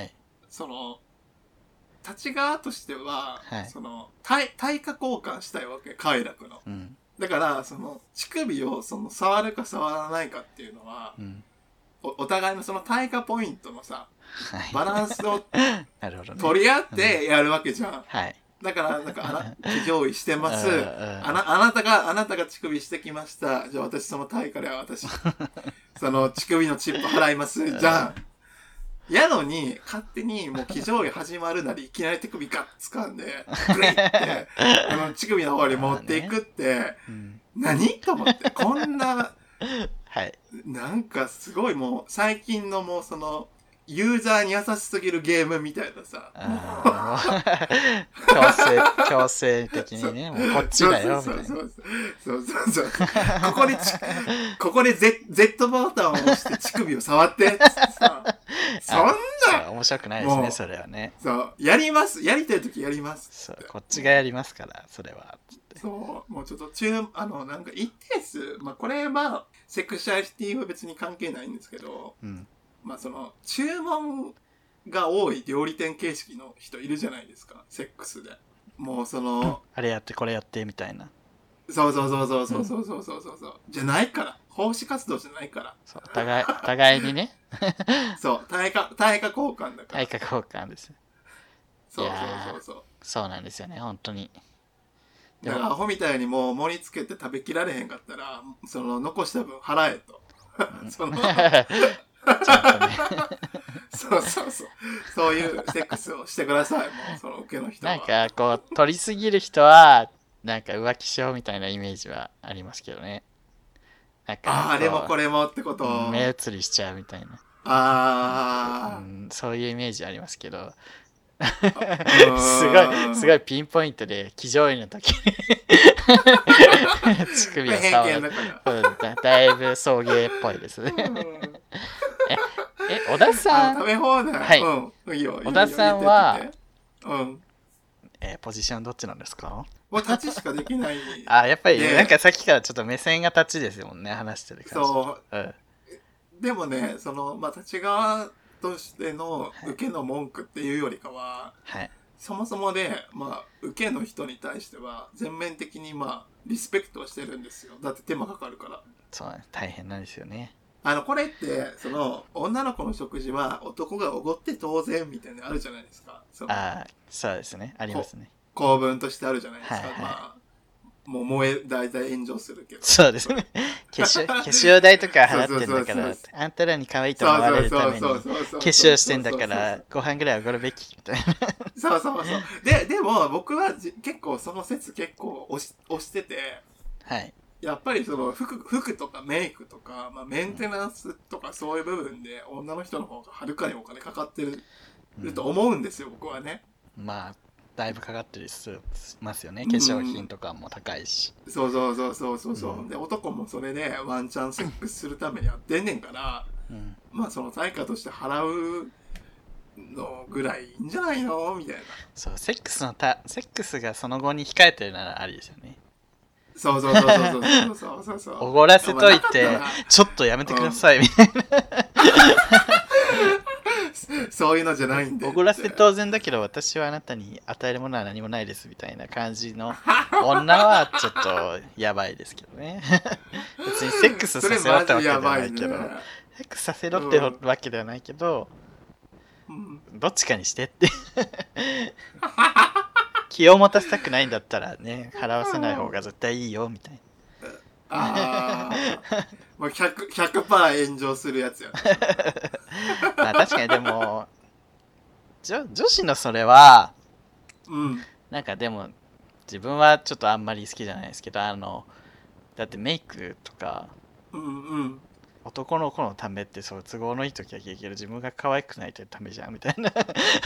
立ち側としては、はい、対価交換したいわけ、快楽の。うん、だから乳首を触るか触らないかっていうのは、うん、お互いの対価ポイントのさ、はい、バランスを取り合ってやるわけじゃん。うん、はい、だから上位してます。あなたが乳首してきました。じゃあ私対価では私乳首のチップ払いますじゃん。やのに、勝手にもう騎乗位始まるなり、いきなり手首ガッ掴んで、グリッて、乳首の方に持っていくって、何と思って、こんな、はい、なんかすごいもう、最近のもうユーザーに優しすぎるゲームみたいなさ。 強制的にね、もうこっちだよ、みたいな。そう。 ここで Z ボタンを押して乳首を触ってってさ。そんな面白くないですね、それはね。 そう。やりたいときやります。 そう、こっちがやりますから、それは。 そう。もうちょっとなんか一定数、まあこれは、セクシャリティは別に関係ないんですけど、うん、まあ注文が多い料理店形式の人いるじゃないですか、セックスで。もうあれやってこれやってみたいな。 そう。じゃないから。奉仕活動じゃないから。 そう、お互いにね。 そう、対価交換だから。 対価交換です。 そう。 そうなんですよね、本当に。 だからアホみたいにもう盛り付けて食べきられへんかったら、残した分払えと。ちゃんとね。そういうセックスをしてください、もう受けの人は。 なんかこう取りすぎる人はなんか浮気症みたいなイメージはありますけどね。なんかあれもこれもってこと。 目移りしちゃうみたいな。そういうイメージありますけど。すごいピンポイントで騎乗位の時に乳首を触る。だいぶ送迎っぽいですね。小田さん、 食べ放題。はい。 小田さんは、ポジションどっちなんですか？ 立ちしかできない。 やっぱりなんかさっきからちょっと目線が立ちですもんね、話してる感じ。 そう。でもね、立ち側としての受けの文句っていうよりかは、はい、そもそもで、受けの人に対しては全面的にリスペクトをしてるんですよ。だって手間かかるから。 そう、大変なんですよね。 これって女の子の食事は男がおごって当然みたいなのあるじゃないですか。 そうですね、ありますね。 構文としてあるじゃないですか。はいはい、もう大体炎上するけど。 そうですね。化粧代とか払ってんだから、あんたらに可愛いと思われるために化粧してんだからご飯ぐらいおごるべきみたいな。そう。でも僕は結構その説結構押してて、はい。やっぱり服とかメイクとか、メンテナンスとかそういう部分で女の人の方がはるかにお金かかってると思うんですよ、僕はね。 だいぶかかってますよね。化粧品とかも高いし。 そう。で、男もそれでワンチャンセックスするためにやってんねんから、対価として払うのぐらいいいんじゃないのみたいな。 そう、セックスがその後に控えてるならありですよね。 そう。 おごらせといて、ちょっとやめてくださいみたいな。 そういうのじゃないんで。 おごらせて当然だけど、私はあなたに与えるものは何もないですみたいな感じの女はちょっとやばいですけどね。別にセックスさせろってわけではないけど、セックスさせろってわけではないけど、どっちかにしてって気を持たせたくないんだったらね、払わせない方が絶対いいよみたいな。 ああ、もう 100% 炎上するやつや、ね。 まあ確かにでも女子のそれは、なんかでも自分はちょっとあんまり好きじゃないですけど、だってメイクとか、男の子のためってそう都合のいい時は聞いけど、自分が可愛くないとダメじゃんみたいな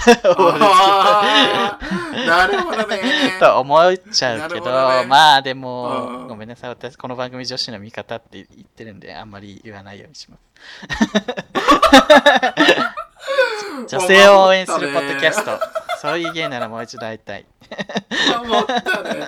なるほどねと思っちゃうけど、まあでもごめんなさい、私この番組女子の味方って言ってるんであんまり言わないようにします女性を応援するポッドキャスト、そういう芸ならもう一度会いたい思ったね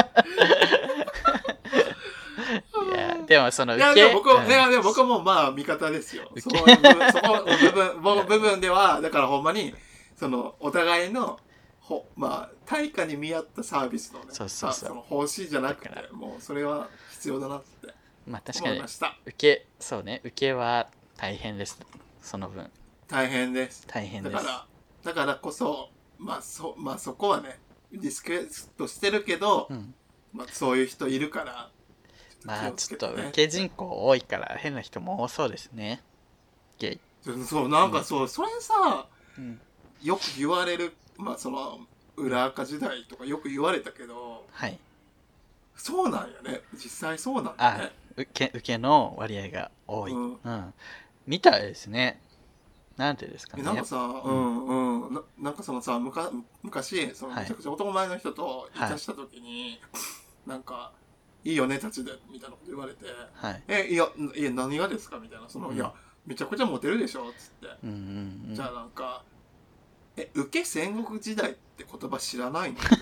でもその受け、 でも僕もまあ味方ですよ。その部分ではだからほんまにそのお互いのまあ対価に見合ったサービスのね、その方針じゃなくてもうそれは必要だなってまあ確かに受けは大変です。その分大変です。だからこそまあそこはねリスクとしてるけど、まあそういう人いるから。 まあちょっと受け人口多いから変な人も多そうですね。ゲイ。 そうなんかそれさ、よく言われる、まあその裏垢時代とかよく言われたけど、そうなんやね。実際そうなんだね。 受けの割合が多い。みたいですね。なんてですかね。 なんかさ、なんかそのさ昔そのめちゃくちゃ男前の人といたした時に、なんか。いいよね立ちでみたいなこと言われて、いや何がですかみたいな、いやめちゃくちゃモテるでしょっつって、じゃあなんか受け戦国時代って言葉知らないのい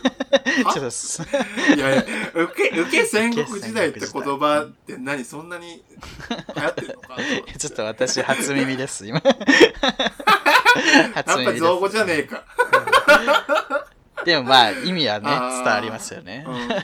や受け戦国時代って言葉って何そんなに流行ってるのかちょっと私初耳です今やっぱ造語じゃねえかでもまあ意味はね伝わりますよね。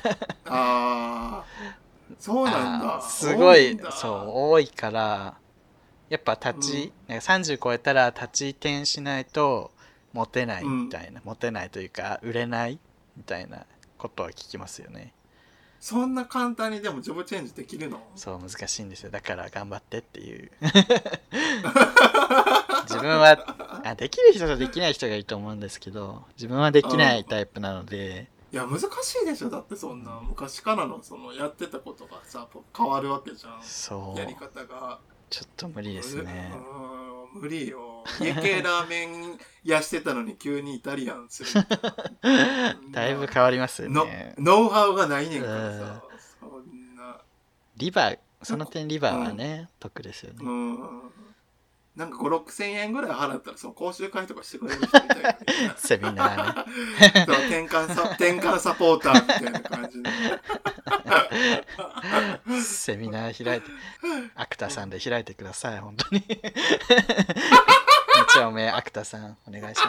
そうなんだ。 すごいそう多いからやっぱなんか30超えたら立ち移転しないとモテないみたいな、モテないというか売れないみたいなことは聞きますよね。 そんな簡単にでもジョブチェンジできるの？ そう難しいんですよ。だから頑張ってっていう自分はできる人とできない人がいいと思うんですけど、自分はできないタイプなので。 いや難しいでしょ。だってそんな昔からのそのやってたことがさ変わるわけじゃん。 そうやり方がちょっと無理ですね。 無理よ。家系ラーメン屋してたのに急にイタリアンするだいぶ変わりますよね。 ノウハウがないねんからさ。そんなその点リバーはね得ですよね。 なんか5、6千円ぐらい払ったらその講習会とかしてくれる人みたいなセミナーね転換サポーターみたいな感じでセミナー開いてアクタさんで開いてください本当に2丁目アクタさんお願いし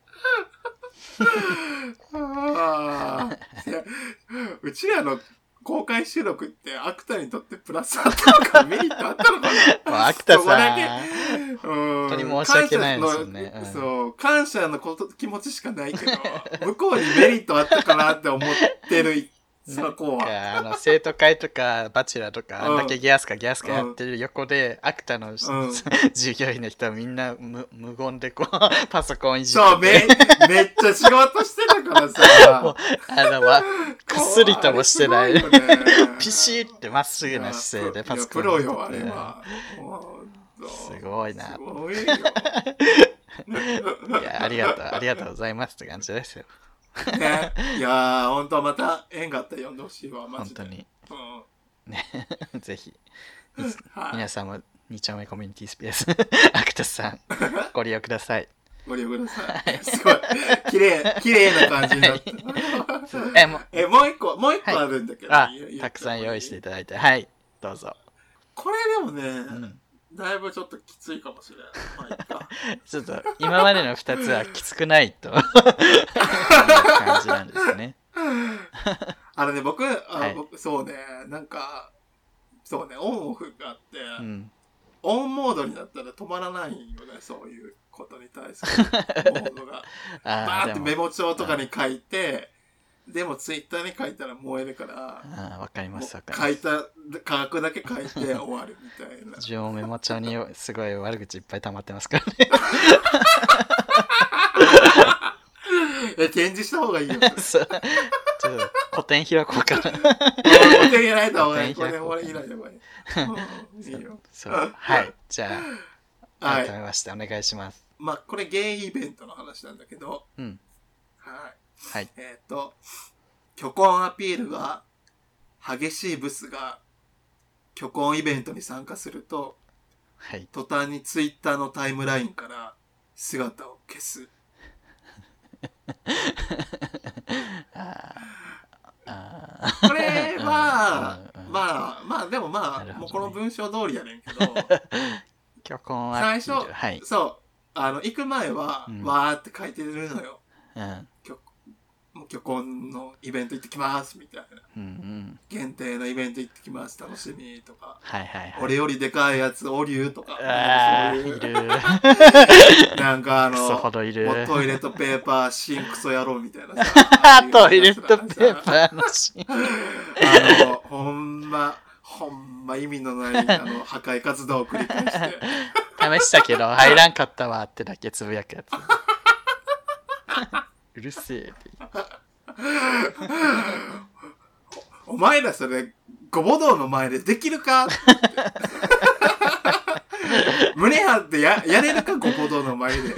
ますうちらの公開収録ってアクタにとってプラスあったのかメリットあったのかなアクタさん本当に申し訳ないですよね。 そう感謝の気持ちしかないけど向こうにメリットあったかなって思ってるその子は生徒会とかバチェラーとかあんだけギャスカやってる横でアクタの従業員の人はみんな無言でこうパソコンいじってそうめっちゃ仕事してたからさもうくすりともしてないピシーってまっすぐな姿勢でパソコンプロよあれはすごいな。 すごいよいやありがとうございますって感じですよね、いやー本当また縁があったら呼んでほしいわマジで。 本当に、ねぜひ皆さんも2丁目コミュニティスペースアクタスさんご利用ください。 ご利用ください。すごい綺麗な感じになったもう一個あるんだけど、 たくさん用意していただいてはいどうぞ。 これでもね、 だいぶちょっときついかもしれない。まあいいか。 ちょっと今までの2つはきつくないという感じなんですね。 僕、 はい、 僕、そうね、なんか、そうね、オンオフがあって、 うん、 オンモードになったら止まらないよね、そういうことに対するモードが。バーってメモ帳とかに書いて、でもツイッターに書いたら燃えるから、 わかります。 書いた価格だけ書いて終わるみたいな。 自分もメモ帳にすごい悪口いっぱい溜まってますからね。展示した方がいいよ。 そう。ちょっと古典開こうかな。古典開いた方がいい。これ俺以来でもいい。いいよ。 そう。はい。じゃあ、改めましてお願いします。 まあ、これゲイイベントの話なんだけど、 うん。 はい。 はい。 虚婚アピールが激しいブスが虚婚イベントに参加すると、 はい、 途端にツイッターのタイムラインから姿を消す。これは、まあでもまあ、ね、もうこの文章通りやねんけど、 虚婚アピール、 最初、はい、そう行く前は、わーって書いてるのよ。虚婚のイベント行ってきますみたいな、限定のイベント行ってきます楽しみとか、俺よりでかいやつおりゅうとか、そういういるなんかクソほどいる、トイレットペーパーシンクソ野郎みたいなさトイレットペーパーのシンほんま意味のない破壊活動を繰り返して試したけど入らんかったわってだけつぶやくやつうるせえってお前らそれごぼどうの前でできるか胸張ってやれるかごぼどうの前で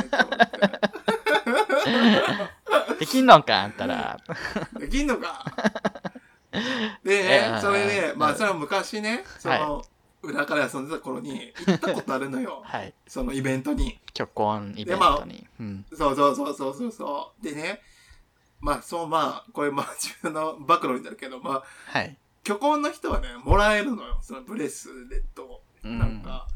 できんのかあんたらできんのかでねそれでまあそれは昔ね裏から遊んでた頃に行ったことあるのよ、はい、そのイベントに虚婚イベントに、 そうでねまあこれ自分の暴露になるけどはい、虚婚の人はねもらえるのよそのブレスレットを、なんか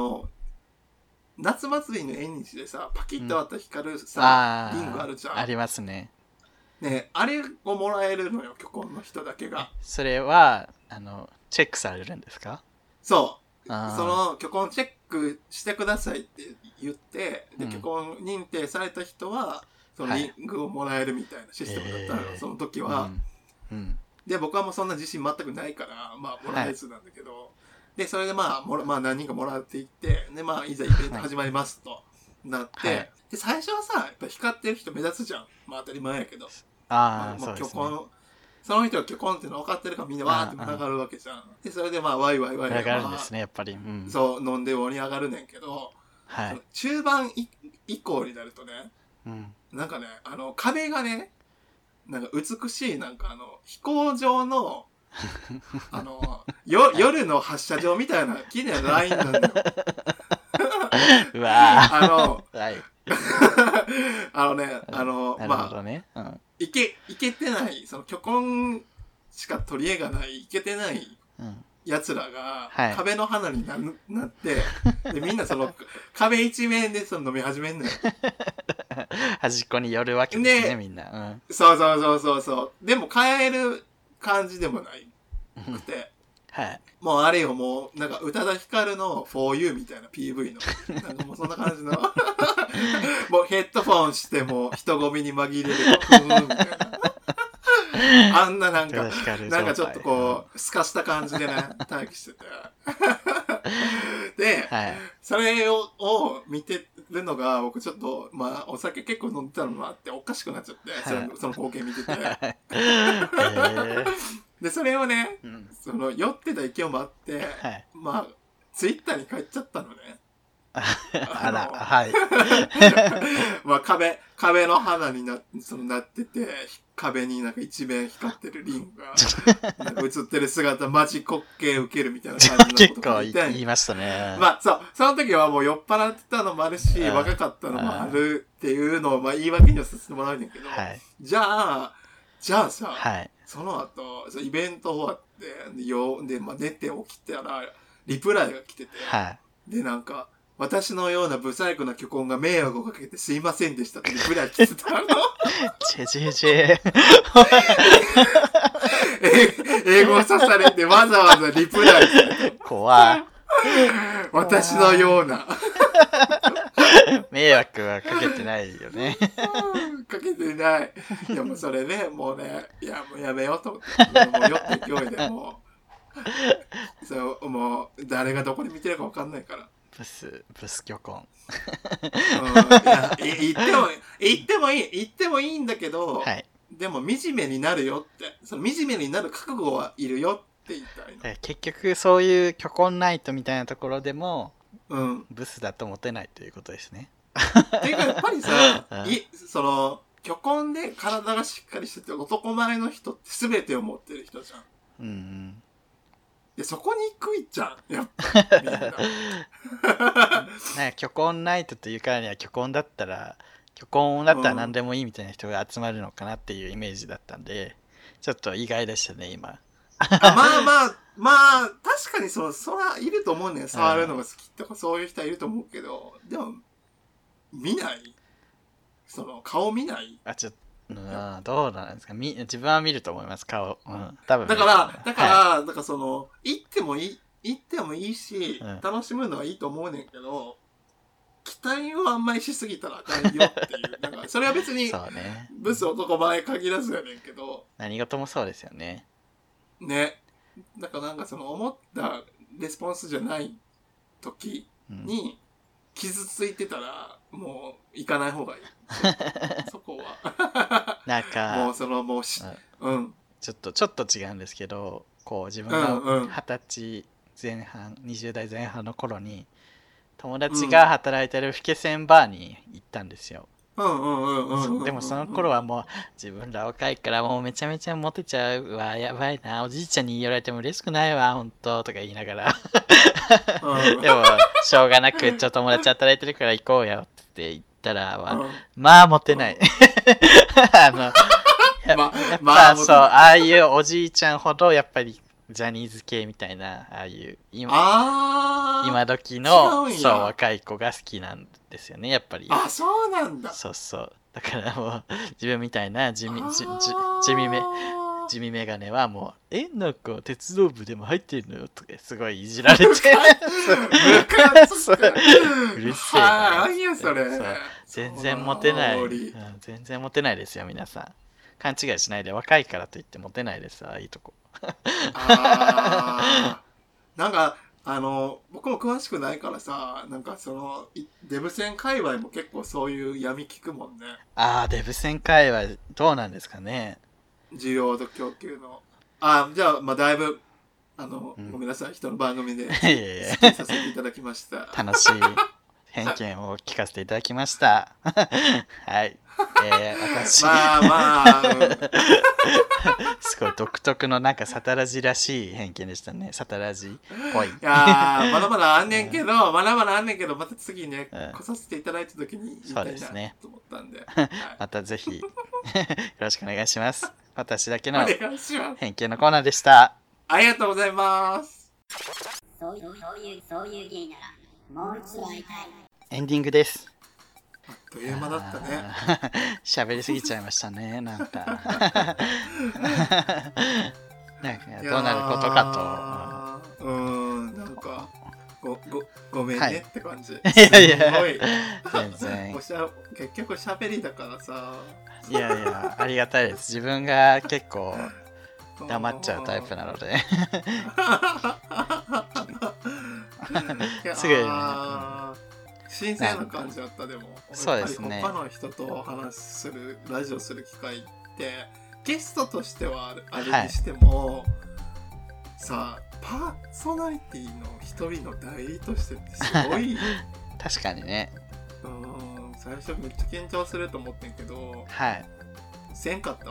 夏祭りの縁日でさパキッと割った光るさ、リングあるじゃんありますねあれをもらえるのよ虚婚の人だけが。 それはチェックされるんですか？ そうその虚婚チェックしてくださいって言ってで虚婚認定された人はそのリングをもらえるみたいなシステムだったの、その時は、で僕はもうそんな自信全くないからもらえずなんだけど、でそれで何人かもらっていってでいざイベント始まりますとなって、で最初はさやっぱ光ってる人目立つじゃん当たり前やけど虚婚その人が虚婚っていうの分かってるからみんなわーって群がるわけじゃん。でそれでワイワイ盛り上がるんですねやっぱり、 そう飲んで盛り上がるねんけど、中盤以降になるとね、なんかね壁がねなんか美しいなんか飛行場の夜の発射場みたいな綺麗なラインなんだようわはいいけてないその虚婚しか取り柄がないいけてないやつらが壁の花になって、でみんなその壁一面でその飲み始めんのよ端っこに寄るわけですねみんな、 そうでも変える感じでもないくてもうあれよもうなんか宇多田ヒカルの For You みたいな PV のなんかもうそんな感じのもうヘッドフォンしても人混みに紛れるみたいなあんななんかちょっとこうすかした感じでね待機しててで、それを見てるのが僕ちょっとお酒結構飲んでたのもあっておかしくなっちゃって、その光景見ててでそれをね、その酔ってた勢いもあって、ツイッターに書いちゃったのねあらはい壁の花になってて壁になんか一面光ってるリングがなんか映ってる姿マジ滑稽ウケるみたいな感じのことを言いましたね。 その時はもう酔っ払ってたのもあるし若かったのもあるっていうのを言い訳にはさせてもらうんだけど、じゃあさ、その後イベント終わってで寝て起きたらリプライが来てて、 で、なんか、私のような不細工な巨根が迷惑をかけてすいませんでしたってリプライ来てたの。 チェジェジェ。 英語刺されてわざわざリプライしてた。 怖い。 私のような。 迷惑はかけてないよね。 かけてない。いやもうそれね、もうね、いやもうやめようと思って。もう酔って勢いでもう、そう、もう誰がどこで見てるか分かんないから。 ブス巨根。 言ってもいいんだけど、はい、でも惨めになるよって、その惨めになる覚悟はいるよって言いたいの。 結局そういう巨根ナイトみたいなところでも、 うん、 ブスだと思ってないということですね。 っていうかやっぱりさ、その巨根で体がしっかりしてて男前の人って全てを持ってる人じゃん。 うんうん。 でそこに行くいじゃん。やっぱみんな。 なんか巨根ナイトというからには巨根だったら何でもいいみたいな人が集まるのかなっていうイメージだったんで、ちょっと意外でしたね今。 まあ確かにそらいると思うねん。触るのが好きとかそういう人はいると思うけど、でも見ない？その顔見ない？ ちょっとどうなんですか。自分は見ると思います顔。多分。 だからその行ってもいいし、楽しむのはいいと思うねんけど、期待をあんまりしすぎたらあかんよっていう。なんかそれは別にブス男前限らずやねんけど。 何事もそうですよね。 ね。だからなんかその思ったレスポンスじゃない時に傷ついてたらもう行かない方がいい。そこは。 なんかちょっと違うんですけど、こう自分が20歳前半、20代前半の頃に友達が働いてるフケセンバーに行ったんですよ。でもその頃はもう自分ら若いからもうめちゃめちゃモテちゃうわ、やばいな、おじいちゃんに言われても嬉しくないわ本当とか言いながらでもしょうがなく友達働いてるから行こうよって言ったら、まあモテないやっぱそう、ああいうおじいちゃんほどやっぱりジャニーズ系みたいな、ああいう今時のそう若い子が好きなんですよね、やっぱり。 そうなんだ。 そうそう。だからもう自分みたいな地味メガネはもうなんか鉄道部でも入ってるのよとかすごいいじられてうるせえな。 それ。 全然モテない、全然モテないですよ皆さん。勘違いしないで、若いからといってモテないです。ああいうとこ。 なんか僕も詳しくないからさ、なんかそのデブ戦界隈も結構そういう闇聞くもんね。 デブ戦界隈どうなんですかね。 需要と供給のじゃあだいぶごめんなさい、人の番組で好きさせていただきました。 楽しい偏見を聞かせていただきましたはい。私すごい独特のなんかサタラジらしい偏見でしたね。サタラジっぽい。 いやまだまだあんねんけど、また次ね、来させていただいた時に言いたいなと思ったんで、 またぜひよろしくお願いします。私だけの偏見のコーナーでした。 ありがとうございます。 そういう芸ならもう一度会いたい。 エンディングです。 あっという間だったね。 喋りすぎちゃいましたね。なんかなんかどうなることかと。 なんかごめんねって感じ。 いや全然。 結局喋りだからさ。 いやありがたいです。自分が結構黙っちゃうタイプなので。すぐにね。 新鮮な感じだった。でもそうですね。 他の人と話するラジオする機会ってゲストとしてはあれにしても、さパーソナリティの一人の代理としてってすごい確かにね。 最初めっちゃ緊張すると思ってんけど、せんかったわ。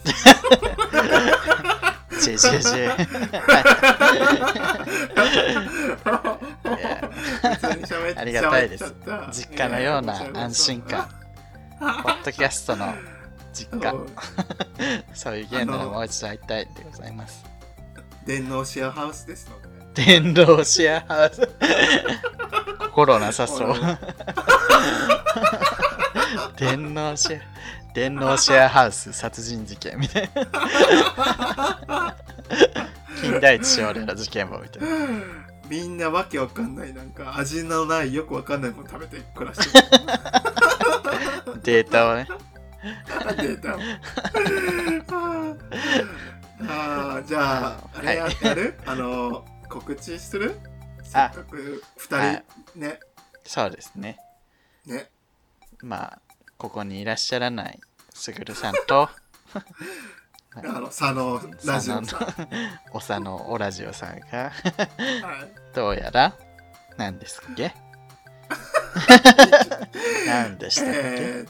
ジェありがたいです。実家のような安心感。ポッドキャストの実家。そういうゲームならもう一度会いたいでございます。 電脳シェアハウスですので。 電脳シェアハウス心なさそう電脳シェアハウス殺人事件みたいな金田一少年の事件簿みたいな。 みんなわけわかんないなんか味のないよくわかんないもの食べて暮らしてるデータをねデータをじゃああれやる告知するせっかく2人ね。 そうですね。まあここにいらっしゃらないすぐるさんと佐野ラジオさんお佐野おラジオさんがどうやら何ですっけ何でしたっ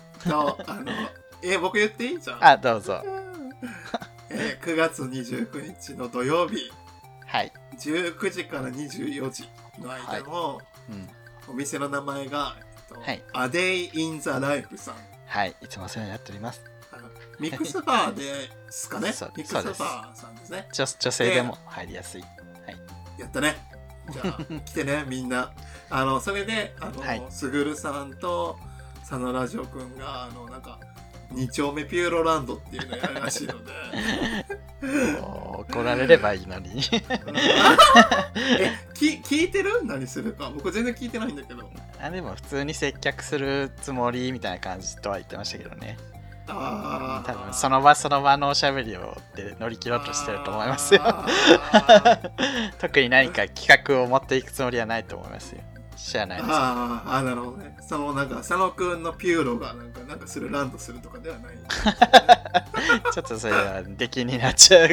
け僕言っていいじゃん。 どうぞ。 9月29日の土曜日、 はい、 19時から24時の間のお店の名前が、A Day in the Life さん。 はい、いつもお世話になっております。 ミックスバーですかね。ミックスバーさんですね。 女性でも入りやすい。 やったね。じゃあ来てねみんな。それですぐるさんと佐野ラジオくんがなんか2丁目ピューロランドっていうのやるらしいので怒られればいいのに聞いてる？何するか僕全然聞いてないんだけど。 でも普通に接客するつもりみたいな感じとは言ってましたけどね。多分その場のおしゃべりをで乗り切ろうとしてると思いますよ特に何か企画を持っていくつもりはないと思いますよ。知らないです。 なるほどね。なんか佐野くんのピューロがなんかするランドするとかではないちょっとそれは出禁になっちゃう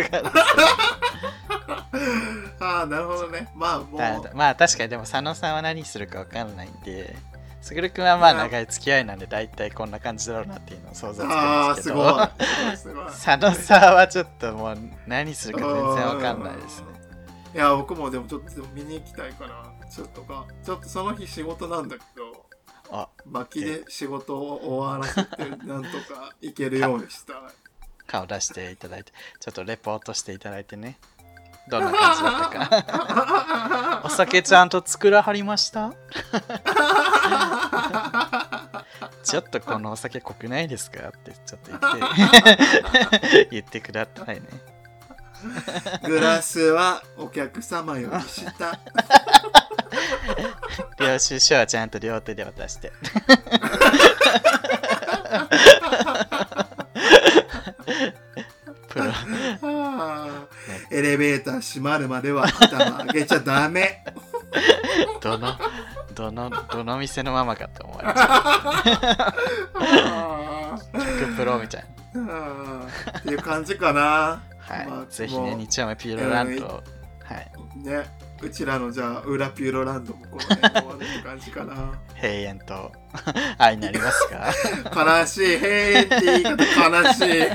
からなるほどね。まあ確かにでも佐野さんは何するか分かんないんですぐるくんはまあ長い付き合いなんで大体こんな感じだろうなっていうのを想像つくんですけど佐野さんはちょっともう何するか全然分かんないですね。 いや僕もでもちょっと見に行きたいからちょっとその日仕事なんだけど巻きで仕事を終わらせてなんとか行けるようにしたい顔出していただいてちょっとレポートしていただいてねどんな感じだったかお酒ちゃんと作らはりましたちょっとこのお酒濃くないですかってちょっと言ってくださいねグラスはお客様より下領収書はちゃんと両手で渡してプロエレベーター閉まるまでは頭上げちゃダメどの店のママかと思われちゃう客プロみたいなっていう感じかなはい、ぜひね日曜日ピューロランド、 ねうちらのじゃあ裏ピューロランドもこの辺終わるって感じかな閉園と愛になりますか悲しい閉園って言い方悲しい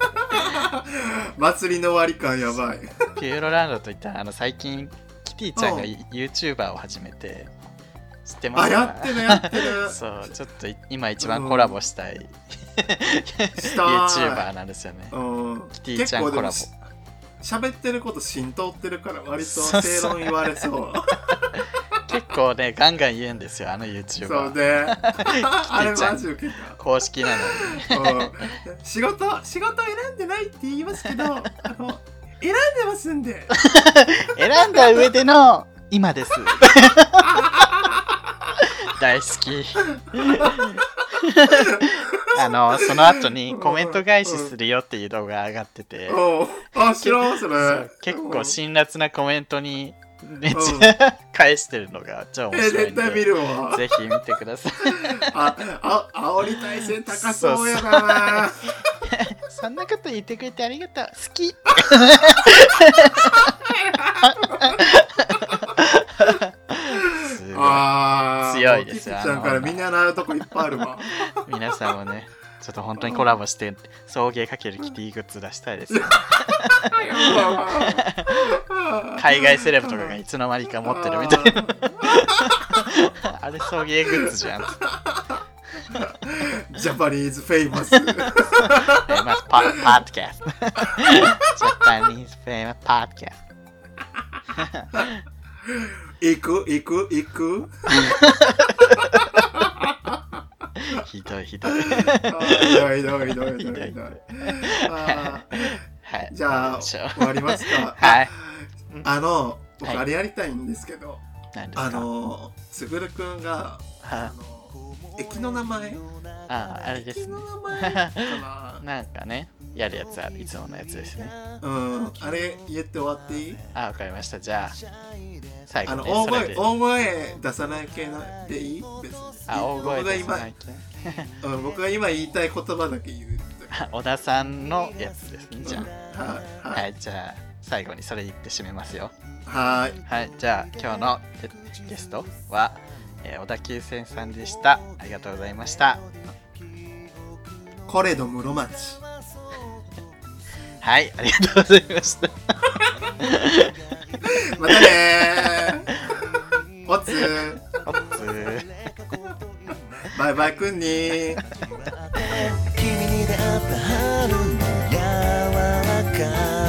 祭りの終わり感やばいピューロランドといったら最近キティちゃんが YouTuber を始めて知ってますか？ やってるそうちょっと今一番コラボしたいYouTuber なんですよね。キティちゃんコラボ喋ってること浸透ってるから割と正論言われそう結構ねガンガン言うんですよYouTuber。 そうねあれマジウケた公式なのに仕事選んでないって言いますけど選んでますんで選んだ上での今です大好きその後にコメント返しするよっていう動画上がってて知らんそれ結構辛辣なコメントにめっちゃ返してるのが超面白いんで絶対見るわぜひ見てください煽り耐性高そうやなそんなこと言ってくれてありがとう好き強いですよ。 キティちゃんからみんな習うとこいっぱいあるわ皆さんもねちょっと本当にコラボして送迎かけるキティグッズ出したいですよ海外セレブとかがいつの間にか持ってるみたいなあれ送迎グッズじゃんジャパニーズフェイマスパッドキャストジャパニーズフェイマスパッドキャスト行くひどいひどい。 ひどい。じゃあ終わりますか。 はい。 僕あれやりたいんですけど、つぐるくんが駅の名前、 あれですね。 駅の名前かな。 なんかね、やるやつはいつものやつですね。 あれ言って終わっていい？ わかりました。じゃあ最後に大声出さない系でいい？別に。 大声出さない系。 僕が今言いたい言葉だけ言う。 小田さんのやつですね。じゃあ、 はい、 じゃあ最後にそれ言って締めますよ。 はい、 じゃあ今日のゲストは、小田急線さんでした。ありがとうございました。 コレド室町。 はい、ありがとうございました。 またねー。おつバイバイくんにー。 君に出会った春の柔らか